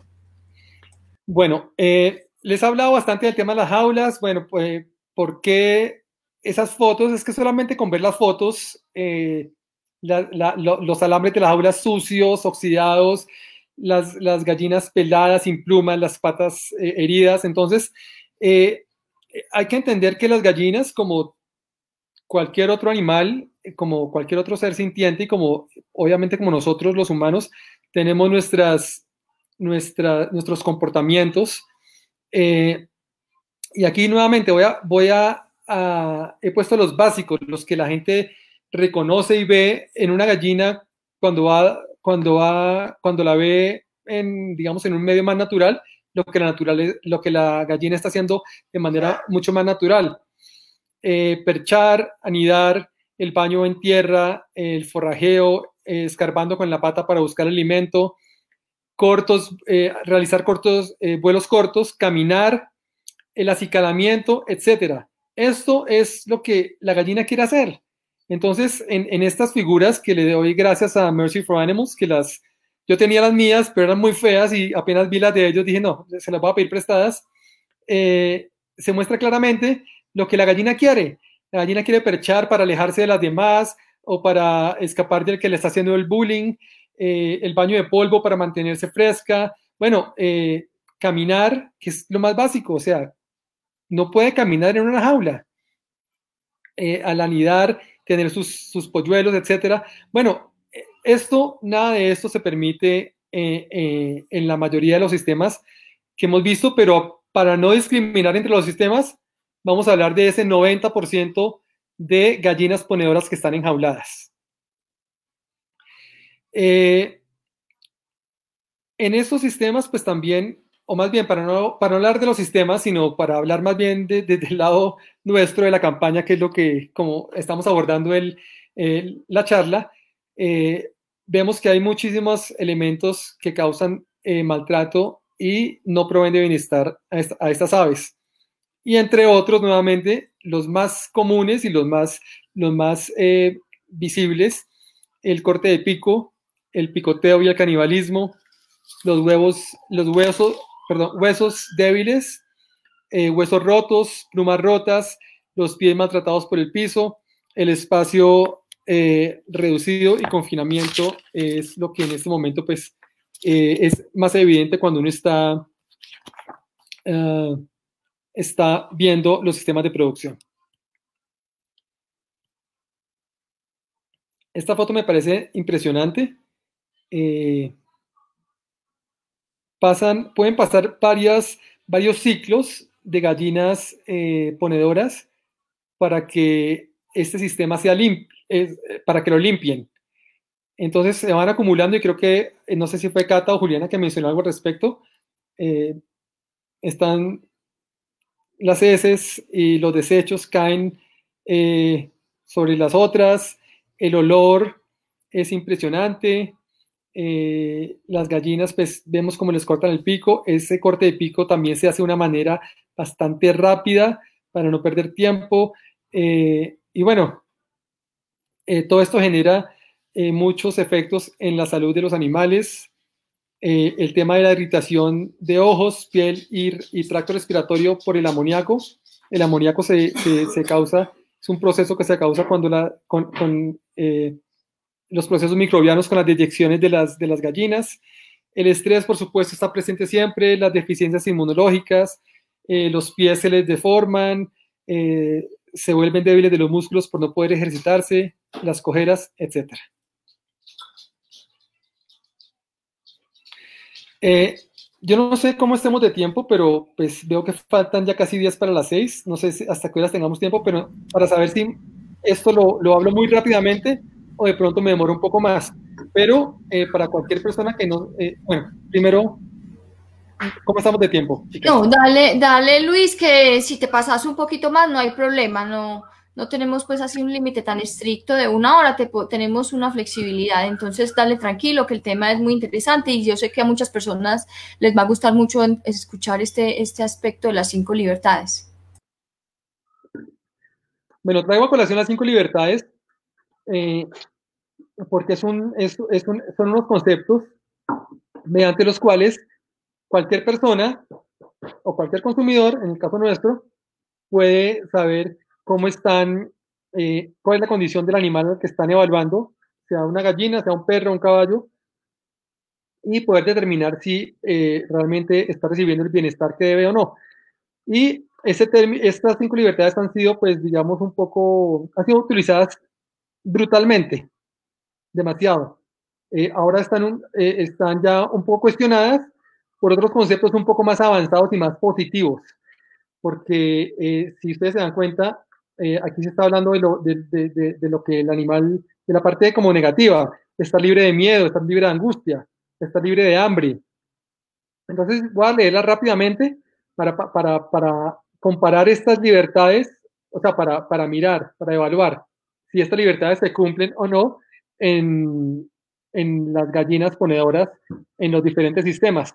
Bueno, eh, les he hablado bastante del tema de las jaulas. Bueno, pues, ¿por qué esas fotos? Es que solamente con ver las fotos, eh, la, la, lo, los alambres de las jaulas sucios, oxidados, las, las gallinas peladas, sin plumas, las patas eh, heridas. Entonces, eh, hay que entender que las gallinas, como cualquier otro animal, como cualquier otro ser sintiente y como obviamente como nosotros los humanos, tenemos nuestras, nuestra, nuestros comportamientos. Eh, y aquí nuevamente voy a, voy a, a, he puesto los básicos, los que la gente reconoce y ve en una gallina cuando va, cuando va, cuando la ve en, digamos, en un medio más natural, lo que la natural, lo que la gallina está haciendo de manera mucho más natural. Eh, perchar, anidar, el baño en tierra, el forrajeo, eh, escarbando con la pata para buscar alimento, cortos, eh, realizar cortos, eh, vuelos cortos, caminar, el acicalamiento, etcétera. Esto es lo que la gallina quiere hacer. Entonces, en, en estas figuras que le doy gracias a Mercy for Animals, que las, yo tenía las mías, pero eran muy feas y apenas vi las de ellos, dije, no, se las voy a pedir prestadas. Eh, se muestra claramente lo que la gallina quiere. La gallina quiere perchar para alejarse de las demás o para escapar del que le está haciendo el bullying, eh, el baño de polvo para mantenerse fresca. Bueno, eh, caminar, que es lo más básico, o sea, no puede caminar en una jaula. Eh, al anidar, tener sus, sus polluelos, etcétera. Bueno, esto, nada de esto se permite eh, eh, en la mayoría de los sistemas que hemos visto, pero para no discriminar entre los sistemas, vamos a hablar de ese noventa por ciento de gallinas ponedoras que están enjauladas. Eh, en estos sistemas, pues también, o más bien, para no, para no hablar de los sistemas, sino para hablar más bien de, de, del lado nuestro de la campaña, que es lo que, como estamos abordando el, el, la charla, eh, vemos que hay muchísimos elementos que causan eh, maltrato y no proveen de bienestar a, esta, a estas aves. Y entre otros, nuevamente, los más comunes y los más, los más eh, visibles, el corte de pico, el picoteo y el canibalismo, los huevos, los huesos, perdón, huesos débiles, eh, huesos rotos, plumas rotas, los pies maltratados por el piso, el espacio eh, reducido y confinamiento es lo que en este momento pues eh, es más evidente cuando uno está uh, está viendo los sistemas de producción. Esta foto me parece impresionante. Eh, pasan, pueden pasar varias, varios ciclos de gallinas eh, ponedoras para que este sistema sea limpio, eh, para que lo limpien. Entonces se van acumulando y creo que, eh, no sé si fue Cata o Juliana que mencionó algo al respecto. Eh, están las heces y los desechos caen eh, sobre las otras, el olor es impresionante, eh, las gallinas pues vemos cómo les cortan el pico, ese corte de pico también se hace de una manera bastante rápida para no perder tiempo, eh, y bueno, eh, todo esto genera eh, muchos efectos en la salud de los animales. Eh, el tema de la irritación de ojos, piel y, y tracto respiratorio por el amoníaco. El amoníaco se, se, se causa, es un proceso que se causa cuando la, con, con eh, los procesos microbianos con las deyecciones de las, de las gallinas. El estrés, por supuesto, está presente siempre, las deficiencias inmunológicas, eh, los pies se les deforman, eh, se vuelven débiles de los músculos por no poder ejercitarse, las cojeras, etcétera. Eh, yo no sé cómo estemos de tiempo, pero pues veo que faltan ya casi diez para las seis. No sé si hasta qué horas tengamos tiempo, pero para saber si esto lo, lo hablo muy rápidamente o de pronto me demoro un poco más. Pero eh, para cualquier persona que no... Eh, bueno, primero, ¿cómo estamos de tiempo, chicas? No, dale, dale, Luis, que si te pasas un poquito más no hay problema, no... No tenemos pues así un límite tan estricto de una hora, te, tenemos una flexibilidad, entonces dale tranquilo que el tema es muy interesante y yo sé que a muchas personas les va a gustar mucho escuchar este, este aspecto de las cinco libertades. Bueno, traigo a colación las cinco libertades eh, porque es un, es, es un, son unos conceptos mediante los cuales cualquier persona o cualquier consumidor, en el caso nuestro, puede saber cómo están, eh, cuál es la condición del animal al que están evaluando, sea una gallina, sea un perro, un caballo, y poder determinar si eh, realmente está recibiendo el bienestar que debe o no. Y ese estas cinco libertades han sido, pues, digamos, un poco, han sido utilizadas brutalmente, demasiado. Eh, ahora están, un, eh, están ya un poco cuestionadas por otros conceptos un poco más avanzados y más positivos, porque eh, si ustedes se dan cuenta, eh, aquí se está hablando de lo, de, de, de, de lo que el animal, de la parte como negativa, está libre de miedo, está libre de angustia, está libre de hambre. Entonces voy a leerla rápidamente para, para, para comparar estas libertades, o sea, para, para mirar, para evaluar si estas libertades se cumplen o no en, en las gallinas ponedoras en los diferentes sistemas.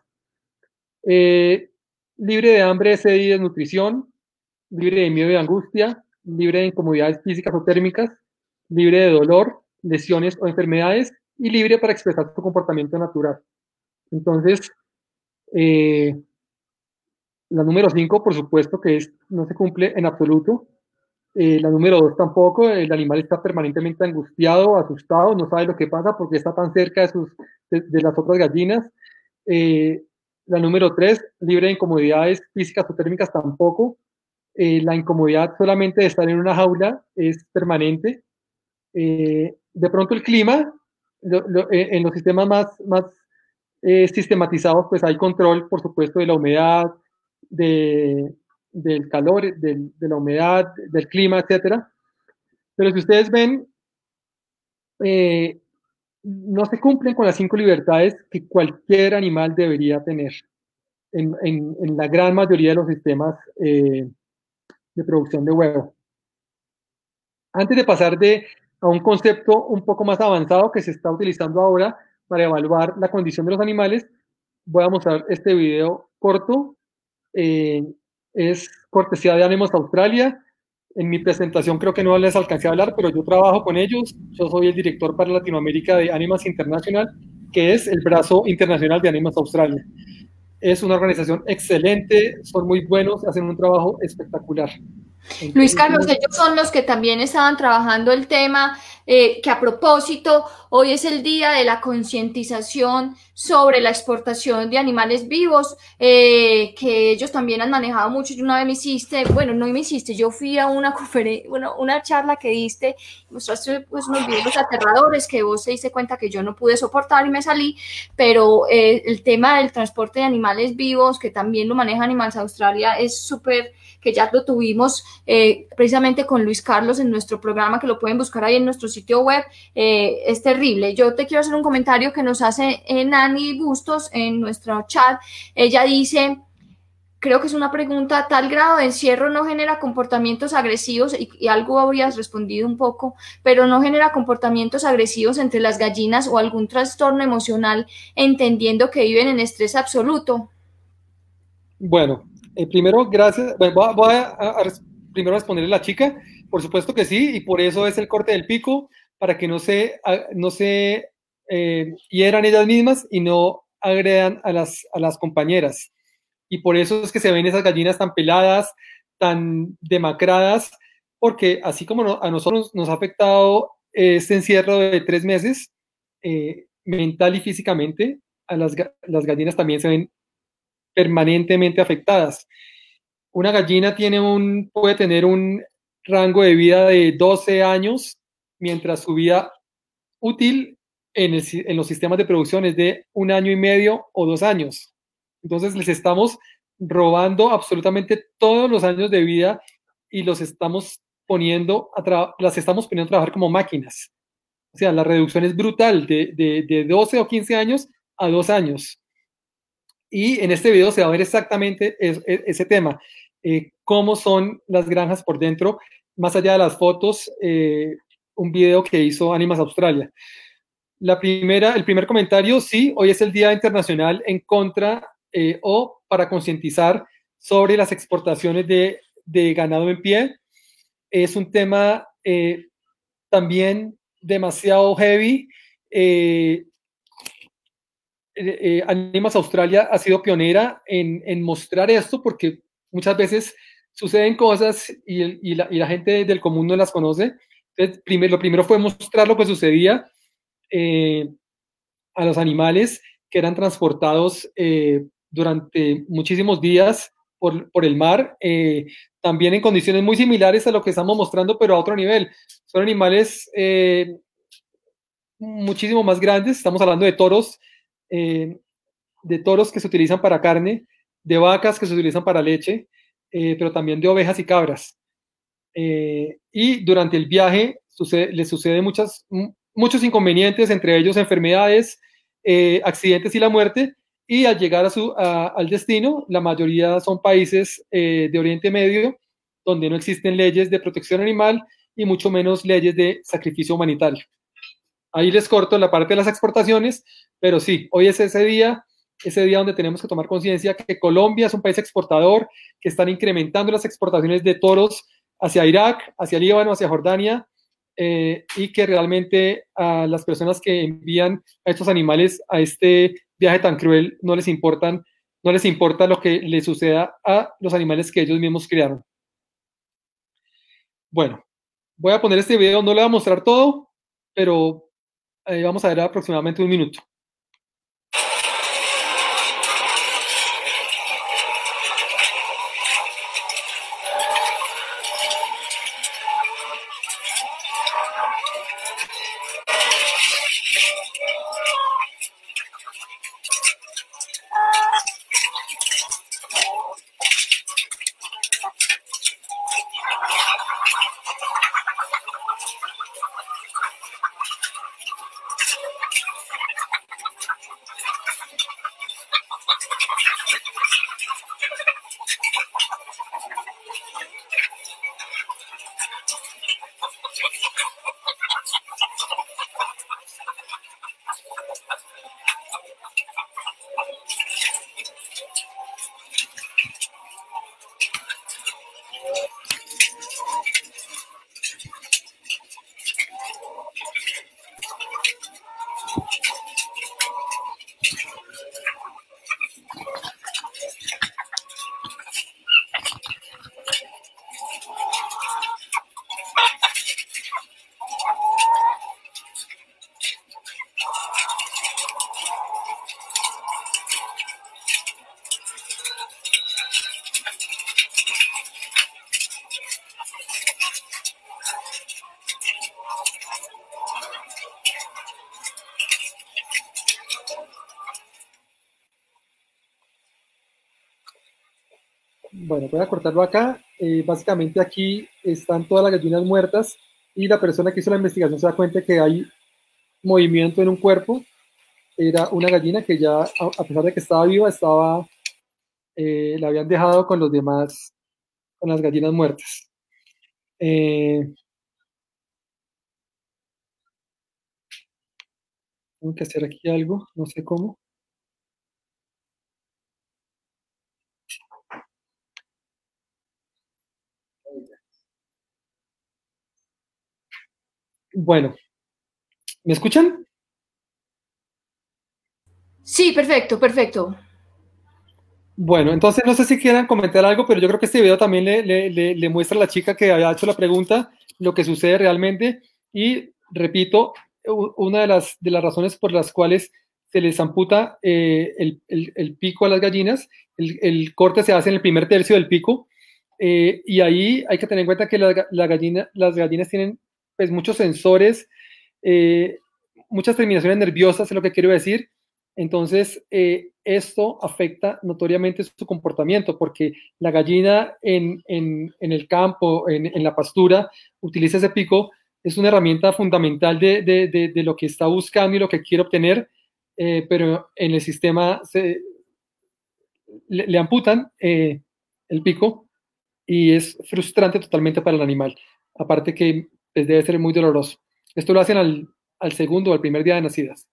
Eh, libre de hambre, sed y desnutrición, libre de miedo y angustia, libre de incomodidades físicas o térmicas, libre de dolor, lesiones o enfermedades y libre para expresar su comportamiento natural. Entonces, eh, la número cinco, por supuesto, que es, no se cumple en absoluto. Eh, la número dos tampoco, el animal está permanentemente angustiado, asustado, no sabe lo que pasa porque está tan cerca de, sus, de, de las otras gallinas. Eh, la número tres, libre de incomodidades físicas o térmicas tampoco. Eh, la incomodidad solamente de estar en una jaula es permanente. Eh, de pronto el clima, lo, lo, eh, en los sistemas más, más eh, sistematizados, pues hay control, por supuesto, de la humedad, de, del calor, de, de la humedad, del clima, etcétera. Pero si ustedes ven, eh, no se cumplen con las cinco libertades que cualquier animal debería tener en, en, en la gran mayoría de los sistemas eh, de producción de huevo. Antes de pasar de, a un concepto un poco más avanzado que se está utilizando ahora para evaluar la condición de los animales, voy a mostrar este video corto. Eh, es cortesía de Animals Australia. En mi presentación creo que no les alcancé a hablar, pero yo trabajo con ellos. Yo soy el director para Latinoamérica de Animals International, que es el brazo internacional de Animals Australia. Es una organización excelente, son muy buenos, hacen un trabajo espectacular. Entonces, Luis Carlos, ellos son los que también estaban trabajando el tema, eh, que a propósito, hoy es el día de la concientización sobre la exportación de animales vivos, eh, que ellos también han manejado mucho. Yo una vez me hiciste, bueno, no me hiciste, yo fui a una conferencia, bueno, una charla que diste, mostraste pues unos videos aterradores que vos te diste cuenta que yo no pude soportar y me salí, pero eh, el tema del transporte de animales vivos, que también lo maneja Animals Australia, es súper, que ya lo tuvimos eh, precisamente con Luis Carlos en nuestro programa, que lo pueden buscar ahí en nuestro sitio web, eh, es terrible. Yo te quiero hacer un comentario que nos hace Nani Bustos en nuestro chat. Ella dice, creo que es una pregunta, ¿tal grado de encierro no genera comportamientos agresivos? Y, y algo habrías respondido un poco, pero no genera comportamientos agresivos entre las gallinas o algún trastorno emocional, entendiendo que viven en estrés absoluto. Bueno, eh, primero, gracias. Bueno, voy, a, voy a, a, a primero responderle a la chica. Por supuesto que sí, y por eso es el corte del pico, para que no se, a, no se eh, hieran ellas mismas y no agredan a las, a las compañeras. Y por eso es que se ven esas gallinas tan peladas, tan demacradas, porque así como no, a nosotros nos ha afectado este encierro de tres meses, eh, mental y físicamente, a las, las gallinas también se ven permanentemente afectadas. Una gallina tiene un, puede tener un rango de vida de doce años, mientras su vida útil en, el, en los sistemas de producción es de un año y medio o dos años. Entonces les estamos robando absolutamente todos los años de vida y los estamos poniendo a las estamos poniendo a trabajar como máquinas. O sea, la reducción es brutal, de, de, de doce o quince años a dos años. Y en este video se va a ver exactamente es, es, ese tema, eh, cómo son las granjas por dentro, más allá de las fotos, eh, un video que hizo Animas Australia. La primera, el primer comentario, sí, hoy es el Día Internacional en contra eh, o para concientizar sobre las exportaciones de, de ganado en pie. Es un tema eh, también demasiado heavy. Eh, eh, Animas Australia ha sido pionera en, en mostrar esto porque muchas veces suceden cosas y, y, la, y la gente del común no las conoce. Entonces, primer, lo primero fue mostrar lo que sucedía eh, a los animales que eran transportados eh, durante muchísimos días por, por el mar, eh, también en condiciones muy similares a lo que estamos mostrando, pero a otro nivel. Son animales eh, muchísimo más grandes, estamos hablando de toros, eh, de toros que se utilizan para carne, de vacas que se utilizan para leche, eh, pero también de ovejas y cabras. Eh, y durante el viaje sucede, les sucede muchas, muchos inconvenientes, entre ellos enfermedades, eh, accidentes y la muerte, y al llegar a su, a, al destino, la mayoría son países eh, de Oriente Medio, donde no existen leyes de protección animal y mucho menos leyes de sacrificio humanitario. Ahí les corto la parte de las exportaciones, pero sí, hoy es ese día, ese día donde tenemos que tomar conciencia que Colombia es un país exportador, que están incrementando las exportaciones de toros hacia Irak, hacia Líbano, hacia Jordania, eh, y que realmente a las personas que envían a estos animales a este viaje tan cruel no les importan, no les importa lo que les suceda a los animales que ellos mismos crearon. Bueno, voy a poner este video, no le voy a mostrar todo, pero eh, vamos a ver aproximadamente un minuto. Bueno, voy a cortarlo acá. Eh, básicamente aquí están todas las gallinas muertas y la persona que hizo la investigación se da cuenta que hay movimiento en un cuerpo. Era una gallina que ya, a pesar de que estaba viva, estaba eh, la habían dejado con los demás, con las gallinas muertas. Eh, tengo que hacer aquí algo, no sé cómo. Bueno, ¿me escuchan? Sí, perfecto, perfecto. Bueno, entonces no sé si quieran comentar algo, pero yo creo que este video también le, le, le, le muestra a la chica que había hecho la pregunta lo que sucede realmente. Y repito, una de las, de las razones por las cuales se les amputa eh, el, el, el pico a las gallinas, el, el corte se hace en el primer tercio del pico, eh, y ahí hay que tener en cuenta que la, la gallina, las gallinas tienen pues, muchos sensores, eh, muchas terminaciones nerviosas, es lo que quiero decir. Entonces, eh, esto afecta notoriamente su comportamiento, porque la gallina en, en, en el campo, en, en, la pastura, utiliza ese pico, es una herramienta fundamental de, de, de, de lo que está buscando y lo que quiere obtener, eh, pero en el sistema se, le, le amputan eh, el pico y es frustrante totalmente para el animal, aparte que pues, debe ser muy doloroso. Esto lo hacen al, al segundo o al primer día de nacidas.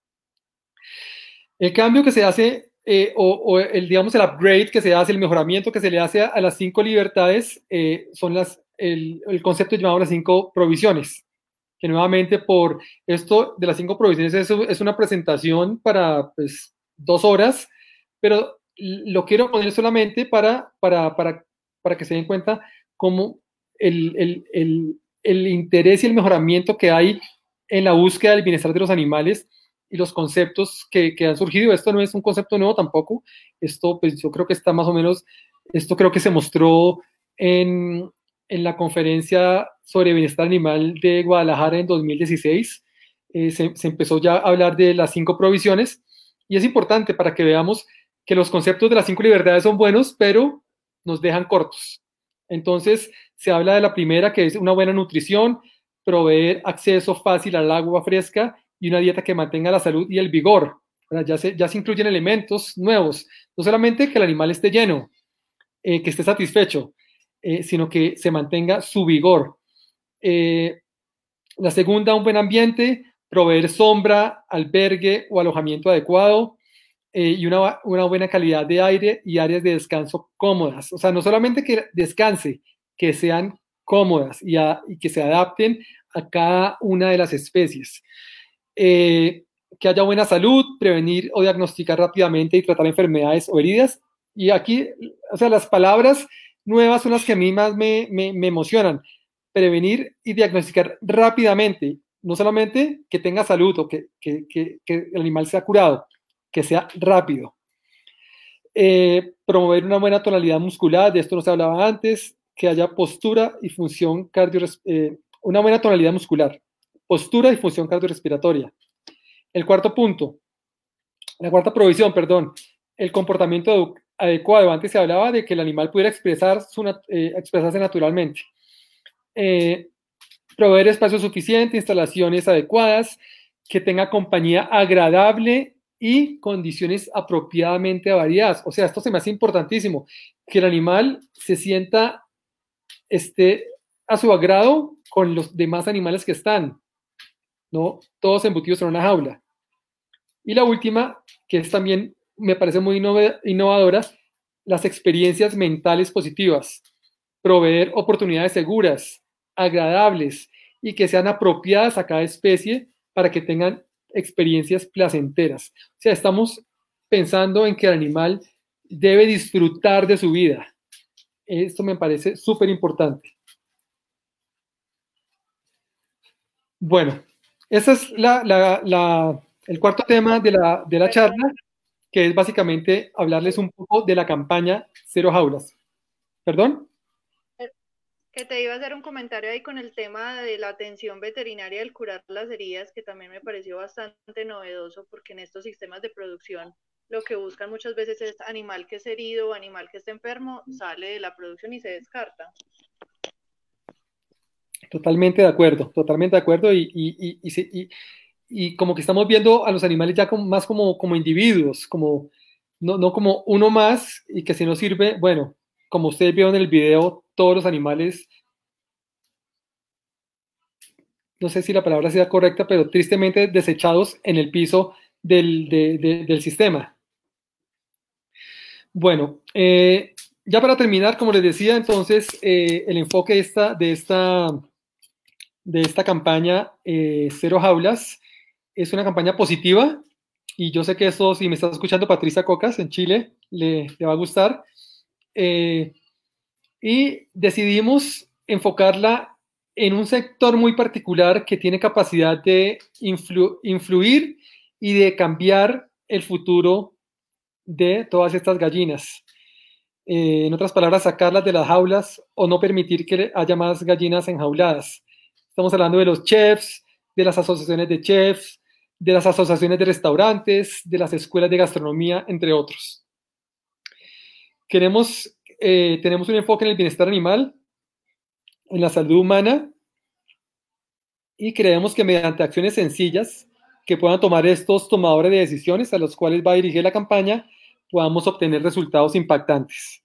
El cambio que se hace, eh, o, o, el, digamos, el upgrade que se hace, el mejoramiento que se le hace a, a las cinco libertades, eh, son las, el, el concepto llamado las cinco provisiones, que nuevamente por esto de las cinco provisiones es, es una presentación para pues, dos horas, pero lo quiero poner solamente para, para, para, para que se den cuenta cómo el, el, el, el interés y el mejoramiento que hay en la búsqueda del bienestar de los animales y los conceptos que, que han surgido. Esto no es un concepto nuevo tampoco. Esto, pues yo creo que está más o menos, esto creo que se mostró en, en la conferencia sobre bienestar animal de Guadalajara en dos mil dieciséis. Eh, se, se empezó ya a hablar de las cinco provisiones y es importante para que veamos que los conceptos de las cinco libertades son buenos, pero nos dejan cortos. Entonces, se habla de la primera, que es una buena nutrición, proveer acceso fácil al agua fresca y una dieta que mantenga la salud y el vigor. Ya se, ya se incluyen elementos nuevos, no solamente que el animal esté lleno, eh, que esté satisfecho, eh, sino que se mantenga su vigor. Eh, la segunda, un buen ambiente, proveer sombra, albergue o alojamiento adecuado, eh, y una, una buena calidad de aire y áreas de descanso cómodas. O sea, no solamente que descanse, que sean cómodas y, a, y que se adapten a cada una de las especies. Eh, que haya buena salud, prevenir o diagnosticar rápidamente y tratar enfermedades o heridas. Y aquí, o sea, las palabras nuevas son las que a mí más me, me, me emocionan. Prevenir y diagnosticar rápidamente, no solamente que tenga salud o que, que, que, que el animal sea curado, que sea rápido. Eh, promover una buena tonalidad muscular, de esto no se hablaba antes, que haya postura y función cardio, eh, una buena tonalidad muscular, postura y función cardiorrespiratoria. El cuarto punto, la cuarta provisión, perdón, el comportamiento adecuado. Antes se hablaba de que el animal pudiera expresar su, eh, expresarse naturalmente. Eh, proveer espacio suficiente, instalaciones adecuadas, que tenga compañía agradable y condiciones apropiadamente variadas. O sea, esto se me hace importantísimo, que el animal se sienta, esté a su agrado con los demás animales que están, ¿no? Todos embutidos en una jaula. Y la última, que es también, me parece muy innovadora, las experiencias mentales positivas. Proveer oportunidades seguras, agradables y que sean apropiadas a cada especie para que tengan experiencias placenteras. O sea, estamos pensando en que el animal debe disfrutar de su vida. Esto me parece súper importante. Bueno, ese es la, la, la, el cuarto tema de la, de la charla, que es básicamente hablarles un poco de la campaña Cero Jaulas. ¿Perdón? Que te iba a hacer un comentario ahí con el tema de la atención veterinaria del curar las heridas, que también me pareció bastante novedoso, porque en estos sistemas de producción lo que buscan muchas veces es animal que es herido o animal que está enfermo, sale de la producción y se descarta. Totalmente de acuerdo, totalmente de acuerdo, y, y, y, y, y como que estamos viendo a los animales ya como, más como, como individuos, como no, no como uno más y que si no sirve, bueno, como ustedes vieron en el video, todos los animales, no sé si la palabra sea correcta, pero tristemente desechados en el piso del, de, de, del sistema. Bueno, eh, ya para terminar, como les decía, entonces, eh, el enfoque de esta, de esta, de esta campaña eh, Cero Jaulas es una campaña positiva, y yo sé que eso, si me está escuchando Patricia Cocas en Chile, le, le va a gustar. Eh, y decidimos enfocarla en un sector muy particular que tiene capacidad de influ, influir y de cambiar el futuro de todas estas gallinas. Eh, en otras palabras, sacarlas de las jaulas o no permitir que haya más gallinas enjauladas. Estamos hablando de los chefs, de las asociaciones de chefs, de las asociaciones de restaurantes, de las escuelas de gastronomía, entre otros. Queremos, eh, tenemos un enfoque en el bienestar animal, en la salud humana, y creemos que mediante acciones sencillas que puedan tomar estos tomadores de decisiones a los cuales va a dirigir la campaña, podamos obtener resultados impactantes.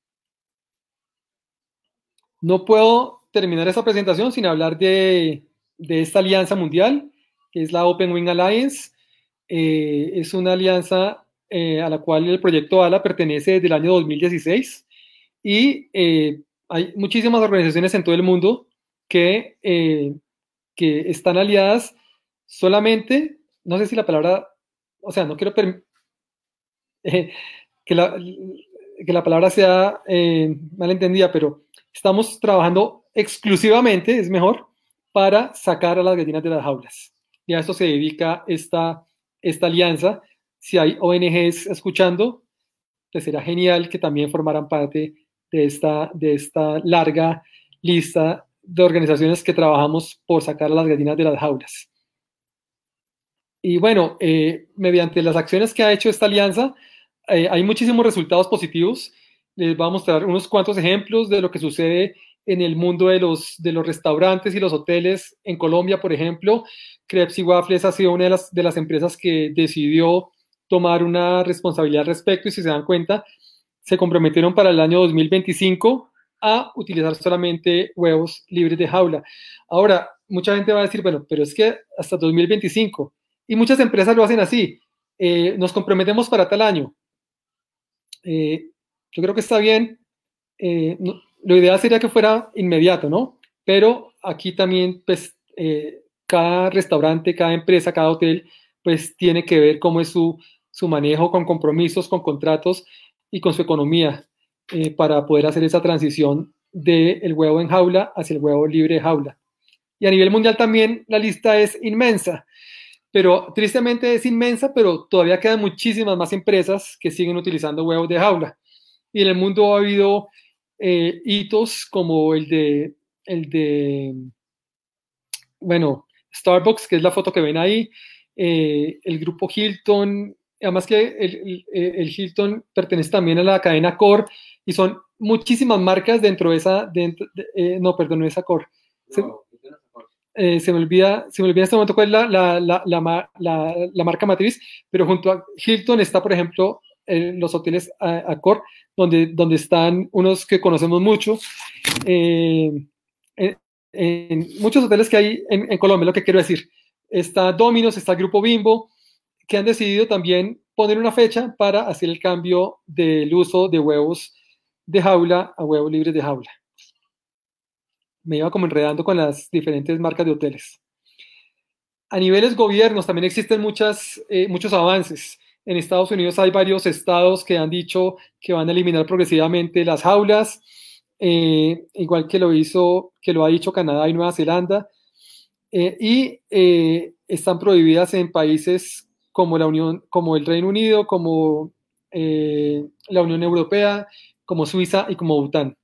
No puedo terminar esta presentación sin hablar de, de esta alianza mundial, que es la Open Wing Alliance. Eh, es una alianza eh, a la cual el proyecto ALA pertenece desde el año dos mil dieciséis, y eh, hay muchísimas organizaciones en todo el mundo que, eh, que están aliadas solamente, no sé si la palabra, o sea, no quiero eh, que, la, que la palabra sea eh, malentendida, pero estamos trabajando exclusivamente, es mejor, para sacar a las gallinas de las jaulas. Y a esto se dedica esta, esta alianza. Si hay O N Ges escuchando, pues será genial que también formaran parte de esta, de esta larga lista de organizaciones que trabajamos por sacar a las gallinas de las jaulas. Y bueno, eh, mediante las acciones que ha hecho esta alianza, eh, hay muchísimos resultados positivos. Les voy a mostrar unos cuantos ejemplos de lo que sucede en el mundo de los, de los restaurantes y los hoteles en Colombia, por ejemplo. Crepes y Waffles ha sido una de las, de las empresas que decidió tomar una responsabilidad al respecto, y si se dan cuenta, se comprometieron para el año dos mil veinticinco a utilizar solamente huevos libres de jaula. Ahora, mucha gente va a decir, bueno, pero es que hasta dos mil veinticinco, y muchas empresas lo hacen así, eh, nos comprometemos para tal año. Eh, yo creo que está bien, eh, no, lo ideal sería que fuera inmediato, ¿no? Pero aquí también, pues, eh, cada restaurante, cada empresa, cada hotel, pues tiene que ver cómo es su, su manejo con compromisos, con contratos y con su economía, eh, para poder hacer esa transición del huevo en jaula hacia el huevo libre de jaula. Y a nivel mundial también la lista es inmensa, pero tristemente es inmensa, pero todavía quedan muchísimas más empresas que siguen utilizando huevos de jaula. Y en el mundo ha habido eh, hitos como el de, el de, bueno, Starbucks, que es la foto que ven ahí, eh, el grupo Hilton, además que el, el, el Hilton pertenece también a la cadena Core, y son muchísimas marcas dentro de esa, dentro de, eh, no, perdón, no es esa Core. Se, eh, se me olvida, se me olvida en este momento cuál es la, la, la, la, la, la marca matriz, pero junto a Hilton está, por ejemplo, eh, los hoteles Accor, donde, donde están unos que conocemos mucho, eh, en, en muchos hoteles que hay en, en Colombia, lo que quiero decir. Está Domino's, está el Grupo Bimbo, que han decidido también poner una fecha para hacer el cambio del uso de huevos de jaula a huevos libres de jaula. Me iba como enredando con las diferentes marcas de hoteles. A niveles gobiernos también existen muchas, eh, muchos avances. En Estados Unidos hay varios estados que han dicho que van a eliminar progresivamente las jaulas, eh, igual que lo hizo, que lo ha dicho Canadá y Nueva Zelanda, eh, y eh, están prohibidas en países como la Unión, como el Reino Unido, como eh, la Unión Europea, como Suiza y como Bután.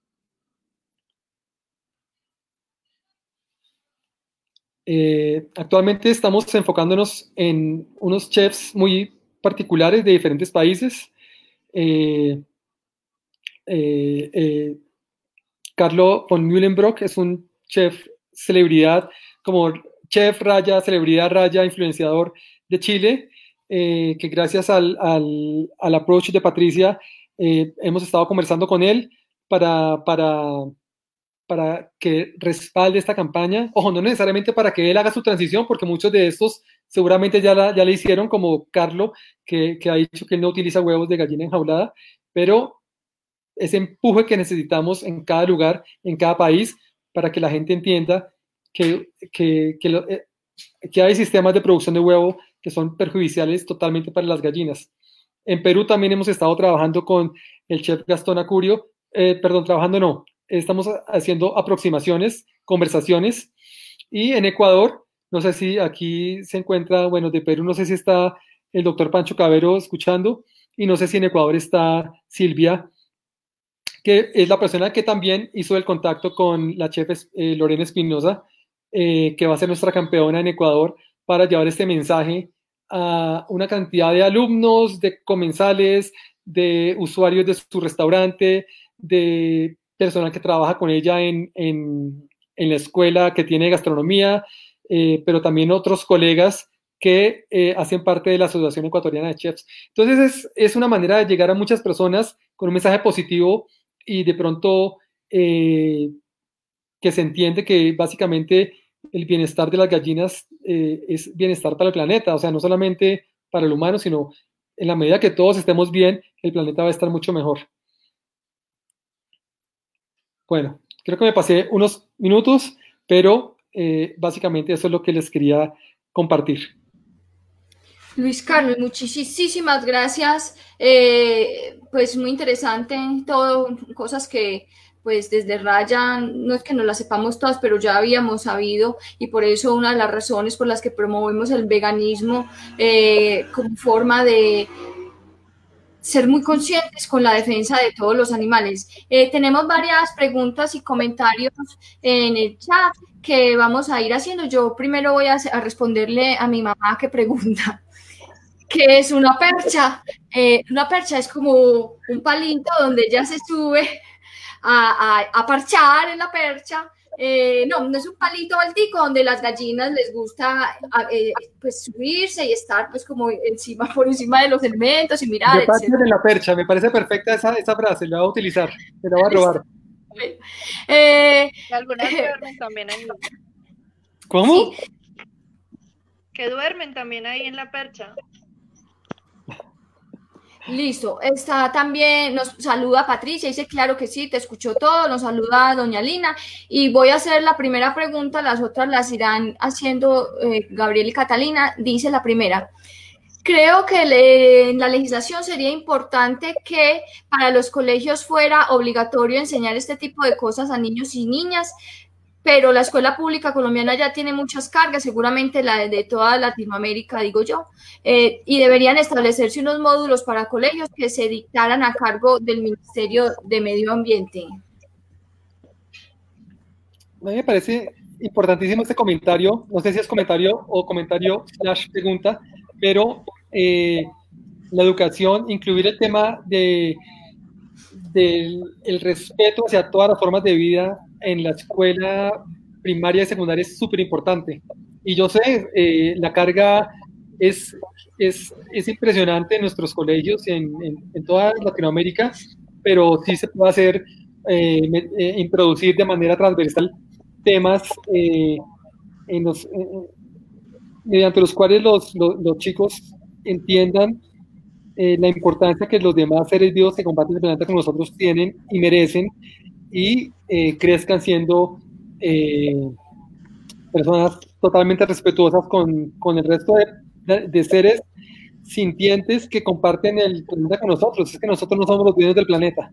Eh, actualmente estamos enfocándonos en unos chefs muy particulares de diferentes países. Eh, eh, eh, Carlo von Mühlenbrock es un chef celebridad, como chef raya, celebridad raya, influenciador de Chile. eh, que gracias al, al, al approach de Patricia eh, hemos estado conversando con él para, para, para que respalde esta campaña. Ojo, no necesariamente para que él haga su transición, porque muchos de estos seguramente ya la, ya la hicieron, como Carlo, que, que ha dicho que él no utiliza huevos de gallina enjaulada, pero ese empuje que necesitamos en cada lugar, en cada país, para que la gente entienda que, que, que, lo, eh, que hay sistemas de producción de huevo que son perjudiciales totalmente para las gallinas. En Perú también hemos estado trabajando con el chef Gastón Acurio, eh, perdón, trabajando no, estamos haciendo aproximaciones, conversaciones, y en Ecuador, no sé si aquí se encuentra, bueno, de Perú no sé si está el doctor Pancho Cabero escuchando, y no sé si en Ecuador está Silvia, que es la persona que también hizo el contacto con la chef eh, Lorena Espinosa, eh, que va a ser nuestra campeona en Ecuador, para llevar este mensaje a una cantidad de alumnos, de comensales, de usuarios de su restaurante, de personal que trabaja con ella en, en, en la escuela que tiene gastronomía, eh, pero también otros colegas que eh, hacen parte de la Asociación Ecuatoriana de Chefs. Entonces es, es una manera de llegar a muchas personas con un mensaje positivo y de pronto eh, que se entiende que básicamente el bienestar de las gallinas eh, es bienestar para el planeta, o sea, no solamente para el humano, sino en la medida que todos estemos bien, el planeta va a estar mucho mejor. Bueno, creo que me pasé unos minutos, pero eh, básicamente eso es lo que les quería compartir. Luis Carlos, muchísimas gracias. Eh, pues muy interesante todo, cosas que pues desde Raya, no es que no las sepamos todas, pero ya habíamos sabido, y por eso una de las razones por las que promovemos el veganismo eh, como forma de ser muy conscientes con la defensa de todos los animales. Eh, tenemos varias preguntas y comentarios en el chat que vamos a ir haciendo. Yo primero voy a, a responderle a mi mamá que pregunta ¿qué es una percha? Eh, una percha es como un palito donde ella se sube a, a, a parchar en la percha. Eh, no, no es un palito altico donde las gallinas les gusta eh, pues subirse y estar pues como encima, por encima de los elementos y mirar. De parte de la percha, me parece perfecta esa, esa frase, la voy a utilizar, me la voy a robar. Eh, Algunas eh, duermen también ahí. ¿Cómo? Sí. Que duermen también ahí en la percha. Listo, está también, nos saluda Patricia, dice claro que sí, te escuchó todo, nos saluda doña Lina, y voy a hacer la primera pregunta, las otras las irán haciendo eh, Gabriel y Catalina. Dice la primera: creo que le, en la legislación sería importante que para los colegios fuera obligatorio enseñar este tipo de cosas a niños y niñas, pero la escuela pública colombiana ya tiene muchas cargas, seguramente la de, de toda Latinoamérica, digo yo, eh, y deberían establecerse unos módulos para colegios que se dictaran a cargo del Ministerio de Medio Ambiente. A mí me parece importantísimo este comentario, no sé si es comentario o comentario slash pregunta, pero eh, la educación, incluir el tema de, del el respeto hacia todas las formas de vida en la escuela primaria y secundaria es súper importante. Y yo sé, eh, la carga es, es, es impresionante en nuestros colegios, en, en, en toda Latinoamérica, pero sí se puede hacer, eh, eh, introducir de manera transversal temas eh, en los, eh, mediante los cuales los, los, los chicos entiendan eh, la importancia que los demás seres vivos que comparten el planeta con nosotros tienen y merecen, y eh, crezcan siendo eh, personas totalmente respetuosas con, con el resto de, de, de seres sintientes que comparten el planeta con nosotros. Es que nosotros no somos los dueños del planeta.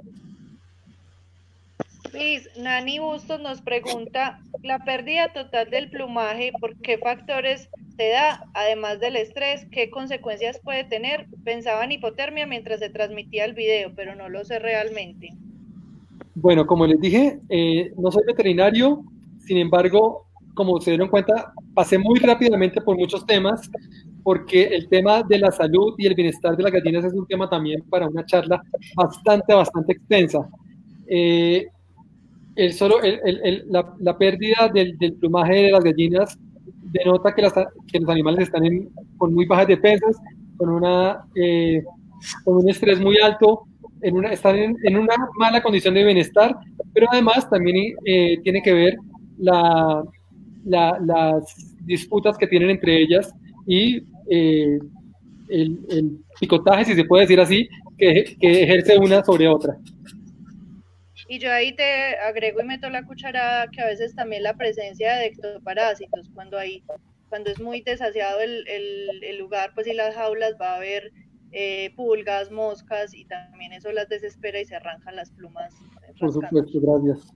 Luis, Nani Bustos nos pregunta: la pérdida total del plumaje, ¿por qué factores se da? Además del estrés, ¿qué consecuencias puede tener? Pensaba en hipotermia mientras se transmitía el video, pero no lo sé realmente. Bueno, como les dije, eh, no soy veterinario, sin embargo, como se dieron cuenta, pasé muy rápidamente por muchos temas, porque el tema de la salud y el bienestar de las gallinas es un tema también para una charla bastante, bastante extensa. Eh, el solo, el, el, el, la, la pérdida del, del plumaje de las gallinas denota que, las, que los animales están en, con muy bajas defensas, con, una, eh, con un estrés muy alto, en una, están en, en una mala condición de bienestar, pero además también eh, tiene que ver la, la, las disputas que tienen entre ellas y eh, el, el picotaje, si se puede decir así, que, que ejerce una sobre otra. Y yo ahí te agrego y meto la cucharada que a veces también la presencia de ectoparásitos, cuando hay, cuando es muy desasiado el, el, el lugar, pues y las jaulas, va a haber eh, pulgas, moscas, y también eso las desespera y se arrancan las plumas. Por supuesto, gracias.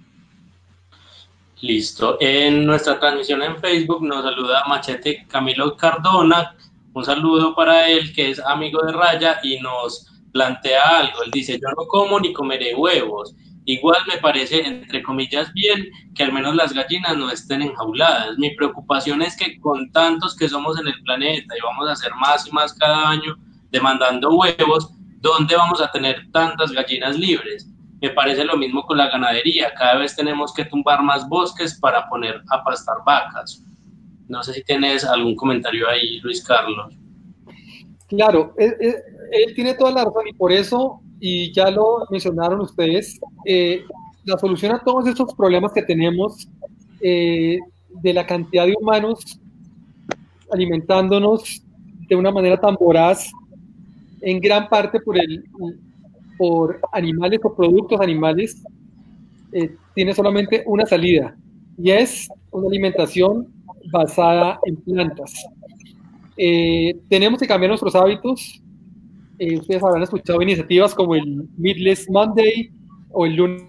Listo. En nuestra transmisión en Facebook nos saluda Machete Camilo Cardona. Un saludo para él, que es amigo de Raya, y nos plantea algo. Él dice: yo no como ni comeré huevos. Igual me parece, entre comillas, bien que al menos las gallinas no estén enjauladas. Mi preocupación es que con tantos que somos en el planeta y vamos a hacer más y más cada año demandando huevos, ¿dónde vamos a tener tantas gallinas libres? Me parece lo mismo con la ganadería. Cada vez tenemos que tumbar más bosques para poner a pastar vacas. No sé si tienes algún comentario ahí, Luis Carlos. Claro, él, él, él tiene toda la razón, y por eso, y ya lo mencionaron ustedes, eh, la solución a todos estos problemas que tenemos eh, de la cantidad de humanos alimentándonos de una manera tan voraz, en gran parte por, el, por animales o productos animales, eh, tiene solamente una salida, y es una alimentación basada en plantas. Eh, tenemos que cambiar nuestros hábitos. Eh, ustedes habrán escuchado iniciativas como el Meatless Monday o el lunes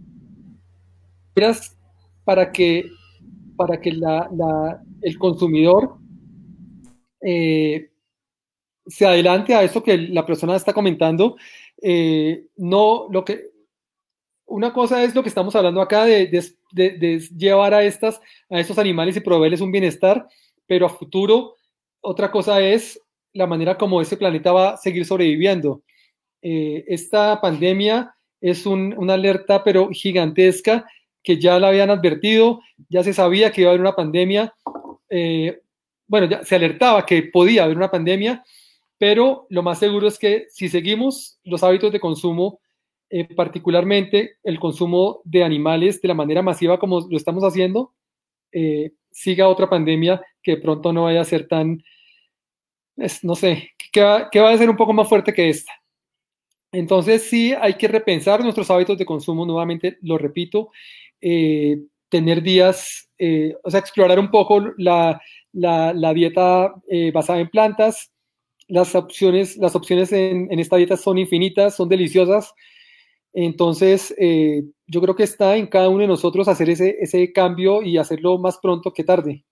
para que, para que la, la, el consumidor eh, se adelante a eso que la persona está comentando. Eh, no, lo que, una cosa es lo que estamos hablando acá de, de, de, de llevar a, estas, a estos animales y proveerles un bienestar, pero a futuro otra cosa es la manera como este planeta va a seguir sobreviviendo. Eh, esta pandemia es un, una alerta, pero gigantesca, que ya la habían advertido, ya se sabía que iba a haber una pandemia, eh, bueno, ya se alertaba que podía haber una pandemia, pero lo más seguro es que si seguimos los hábitos de consumo, eh, particularmente el consumo de animales de la manera masiva como lo estamos haciendo, eh, siga otra pandemia que pronto no vaya a ser tan, es, no sé, que va, que va a ser un poco más fuerte que esta. Entonces sí hay que repensar nuestros hábitos de consumo, nuevamente lo repito, eh, tener días, eh, o sea, explorar un poco la, la, la dieta eh, basada en plantas. Las opciones, las opciones en, en esta dieta son infinitas, son deliciosas. Entonces, eh, yo creo que está en cada uno de nosotros hacer ese, ese cambio y hacerlo más pronto que tarde.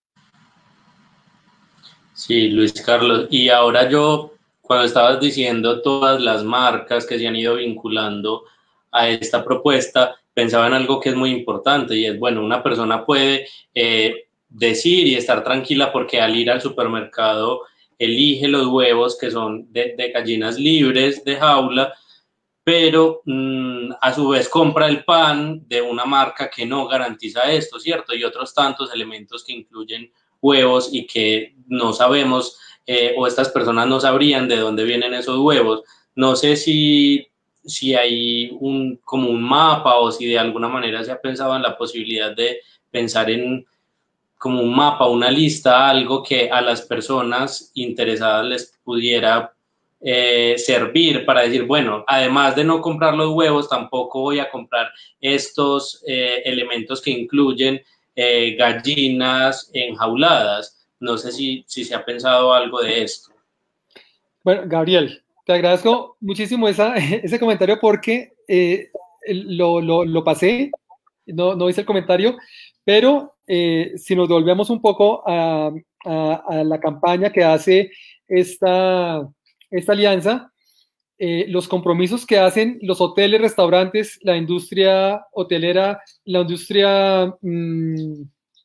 Sí, Luis Carlos. Y ahora yo, cuando estabas diciendo todas las marcas que se han ido vinculando a esta propuesta, pensaba en algo que es muy importante, y es, bueno, una persona puede eh, decir y estar tranquila porque al ir al supermercado elige los huevos que son de, de gallinas libres de jaula, pero mmm, a su vez compra el pan de una marca que no garantiza esto, ¿cierto? Y otros tantos elementos que incluyen huevos y que no sabemos, eh, o estas personas no sabrían de dónde vienen esos huevos. No sé si, si hay un, como un mapa, o si de alguna manera se ha pensado en la posibilidad de pensar en como un mapa, una lista, algo que a las personas interesadas les pudiera Eh, servir para decir, bueno, además de no comprar los huevos, tampoco voy a comprar estos eh, elementos que incluyen eh, gallinas enjauladas. No sé si, si se ha pensado algo de esto. Bueno, Gabriel, te agradezco muchísimo esa, ese comentario porque eh, lo, lo, lo pasé, no, no hice el comentario, pero eh, si nos volvemos un poco a, a, a la campaña que hace esta... esta alianza, eh, los compromisos que hacen los hoteles, restaurantes, la industria hotelera, la industria, mmm,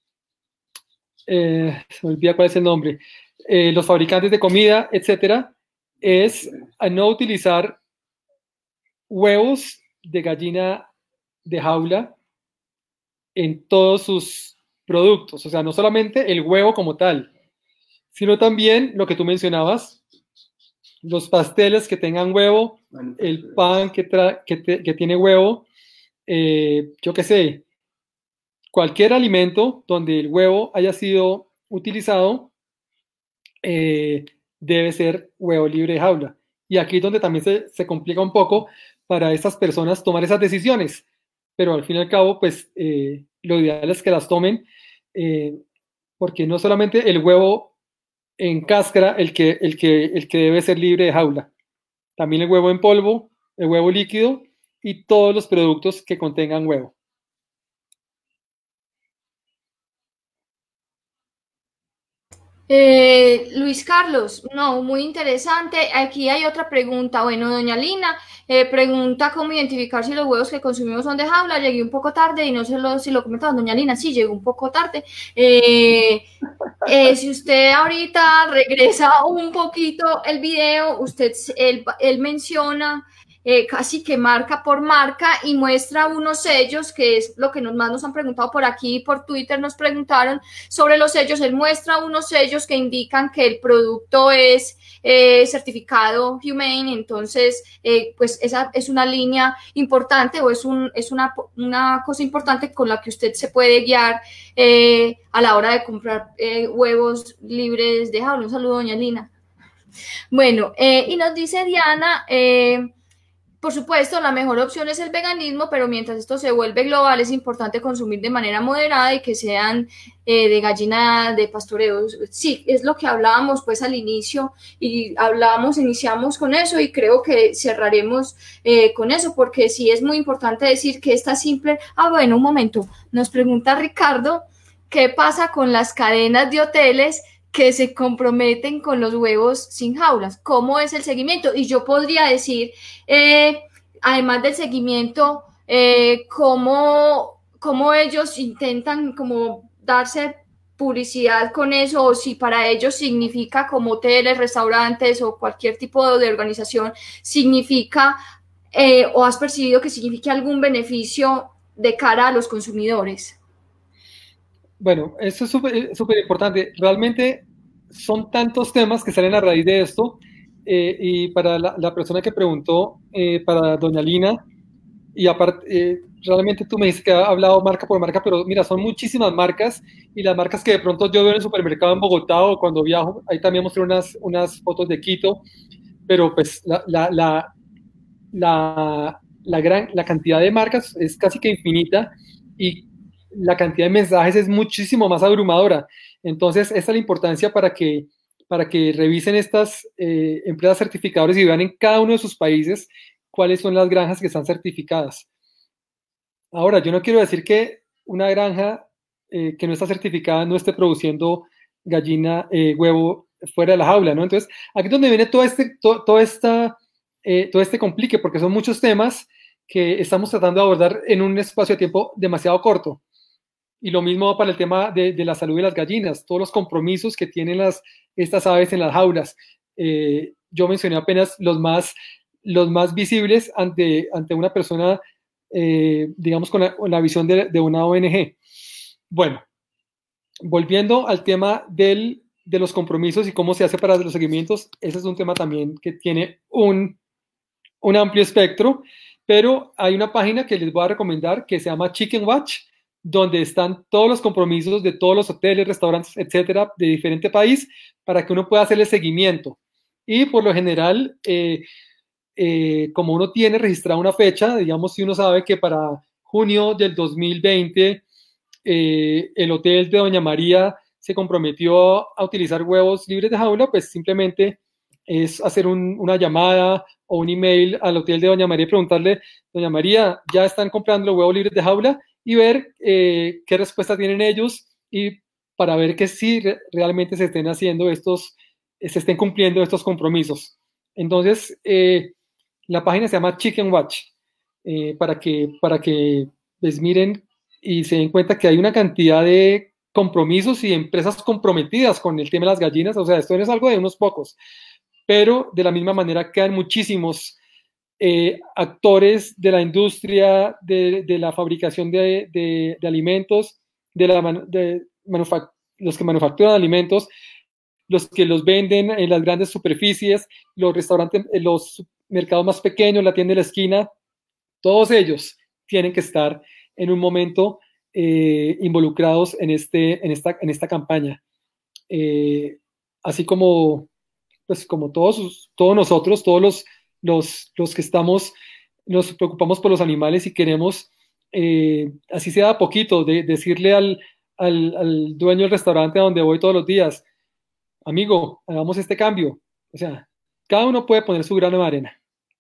eh, se me olvida cuál es el nombre, eh, los fabricantes de comida, etcétera, es a no utilizar huevos de gallina de jaula en todos sus productos. O sea, no solamente el huevo como tal, sino también lo que tú mencionabas, los pasteles que tengan huevo, el pan que, tra que, te que tiene huevo, eh, yo qué sé, cualquier alimento donde el huevo haya sido utilizado, eh, debe ser huevo libre de jaula. Y aquí es donde también se, se complica un poco para estas personas tomar esas decisiones, pero al fin y al cabo, pues eh, lo ideal es que las tomen, eh, porque no solamente el huevo en cáscara el que, el, que, el que debe ser libre de jaula, también el huevo en polvo, el huevo líquido y todos los productos que contengan huevo. Eh, Luis Carlos, no, muy interesante. Aquí hay otra pregunta. Bueno, doña Lina eh, pregunta cómo identificar si los huevos que consumimos son de jaula. Llegué un poco tarde y no sé lo, si lo comentaba doña Lina. Sí, llegó un poco tarde. Eh, eh, si usted ahorita regresa un poquito el video, usted, él, él menciona Eh, casi que marca por marca y muestra unos sellos, que es lo que nos, más nos han preguntado por aquí, por Twitter nos preguntaron sobre los sellos. Él muestra unos sellos que indican que el producto es eh, certificado Humane, entonces eh, pues esa es una línea importante o es, un, es una, una cosa importante con la que usted se puede guiar eh, a la hora de comprar eh, huevos libres de jaula. Un saludo, doña Lina. Bueno, eh, y nos dice Diana, eh, por supuesto, la mejor opción es el veganismo, pero mientras esto se vuelve global, es importante consumir de manera moderada y que sean eh, de gallina de pastoreo. Sí, es lo que hablábamos pues al inicio y hablábamos, iniciamos con eso y creo que cerraremos eh, con eso, porque sí es muy importante decir que esta simple... Ah, bueno, un momento, nos pregunta Ricardo, ¿qué pasa con las cadenas de hoteles que se comprometen con los huevos sin jaulas? ¿Cómo es el seguimiento? Y yo podría decir, eh, además del seguimiento, eh, cómo, cómo ellos intentan como darse publicidad con eso, o si para ellos significa, como hoteles, restaurantes o cualquier tipo de organización, significa eh, o has percibido que signifique algún beneficio de cara a los consumidores. Bueno, eso es súper importante. Realmente son tantos temas que salen a raíz de esto. Eh, y para la, la persona que preguntó, eh, para doña Lina, y aparte, eh, realmente tú me dices que ha hablado marca por marca, pero mira, son muchísimas marcas, y las marcas que de pronto yo veo en el supermercado en Bogotá o cuando viajo, ahí también mostré unas, unas fotos de Quito, pero pues la, la, la, la, la, gran, la cantidad de marcas es casi que infinita, y la cantidad de mensajes es muchísimo más abrumadora. Entonces, esta es la importancia para que, para que revisen estas eh, empresas certificadoras y vean en cada uno de sus países cuáles son las granjas que están certificadas. Ahora, yo no quiero decir que una granja eh, que no está certificada no esté produciendo gallina, eh, huevo fuera de la jaula, ¿no? Entonces, aquí es donde viene todo este, todo, todo, esta, eh, todo este complique, porque son muchos temas que estamos tratando de abordar en un espacio de tiempo demasiado corto. Y lo mismo para el tema de, de la salud de las gallinas, todos los compromisos que tienen las, estas aves en las jaulas. Eh, yo mencioné apenas los más, los más visibles ante, ante una persona, eh, digamos, con la, con la visión de, de una O N G. Bueno, volviendo al tema del, de los compromisos y cómo se hace para los seguimientos, ese es un tema también que tiene un, un amplio espectro, pero hay una página que les voy a recomendar que se llama Chicken Watch, donde están todos los compromisos de todos los hoteles, restaurantes, etcétera, de diferente país, para que uno pueda hacerle seguimiento. Y por lo general, eh, eh, como uno tiene registrada una fecha, digamos, si uno sabe que para junio del dos mil veinte, eh, el hotel de Doña María se comprometió a utilizar huevos libres de jaula, pues simplemente es hacer un, una llamada o un email al hotel de Doña María y preguntarle, Doña María, ¿ya están comprando los huevos libres de jaula? Y ver eh, qué respuesta tienen ellos, y para ver que sí re realmente se estén haciendo estos, se estén cumpliendo estos compromisos. Entonces, eh, la página se llama Chicken Watch, eh, para que, para que les miren y se den cuenta que hay una cantidad de compromisos y empresas comprometidas con el tema de las gallinas. O sea, esto no es algo de unos pocos, pero de la misma manera quedan muchísimos Eh, actores de la industria, de, de la fabricación de, de, de alimentos, de, la, de los que manufacturan alimentos, los que los venden en las grandes superficies, los restaurantes, los mercados más pequeños, la tienda de la esquina, todos ellos tienen que estar en un momento eh, involucrados en, este, en, esta, en esta campaña. Eh, así como, pues, como todos, todos nosotros, todos los, los, los que estamos, nos preocupamos por los animales y queremos, eh, así sea a poquito, de, decirle al, al, al dueño del restaurante a donde voy todos los días, amigo, hagamos este cambio. O sea, cada uno puede poner su grano de arena.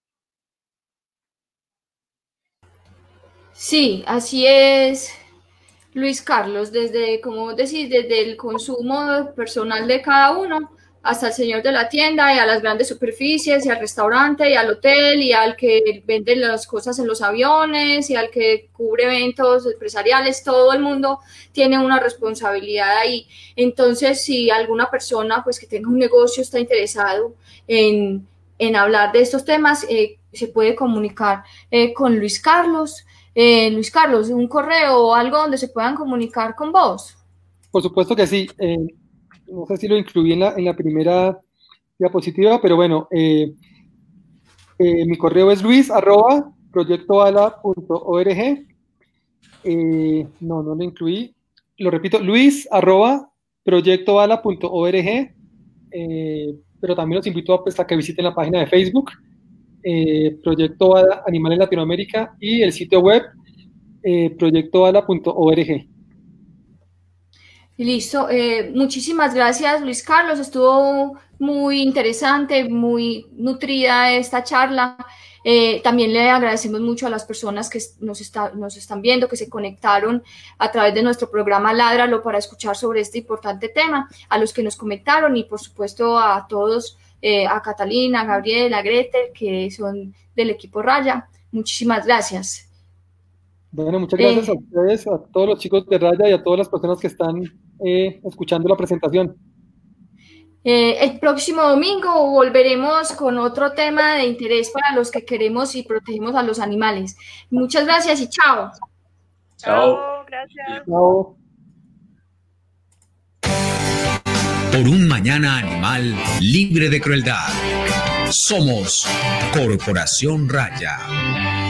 Sí, así es, Luis Carlos, desde, como decís, desde el consumo personal de cada uno hasta el señor de la tienda y a las grandes superficies y al restaurante y al hotel y al que vende las cosas en los aviones y al que cubre eventos empresariales, todo el mundo tiene una responsabilidad ahí. Entonces, si alguna persona pues que tenga un negocio está interesado en, en hablar de estos temas, eh, se puede comunicar eh, con Luis Carlos. Eh, Luis Carlos, un correo o algo donde se puedan comunicar con vos. Por supuesto que sí. Eh, no sé si lo incluí en la, en la primera diapositiva, pero bueno, eh, eh, mi correo es luis arroba proyectoala punto org. Eh, no, no lo incluí. Lo repito, luis arroba proyectoala punto org. Eh, pero también los invito a, pues, a que visiten la página de Facebook, eh, Proyecto Ala Animal en Latinoamérica, y el sitio web eh, proyectoala punto org. Listo, eh, muchísimas gracias Luis Carlos, estuvo muy interesante, muy nutrida esta charla. Eh, también le agradecemos mucho a las personas que nos, está, nos están viendo, que se conectaron a través de nuestro programa Ládralo para escuchar sobre este importante tema, a los que nos comentaron y por supuesto a todos, eh, a Catalina, a Gabriel, a Gretel, que son del equipo Raya. Muchísimas gracias. Bueno, muchas gracias eh, a ustedes, a todos los chicos de Raya y a todas las personas que están eh, escuchando la presentación. Eh, el próximo domingo volveremos con otro tema de interés para los que queremos y protegemos a los animales. Muchas gracias y chao. Chao, gracias. Chao. Por un mañana animal libre de crueldad. Somos Corporación Raya.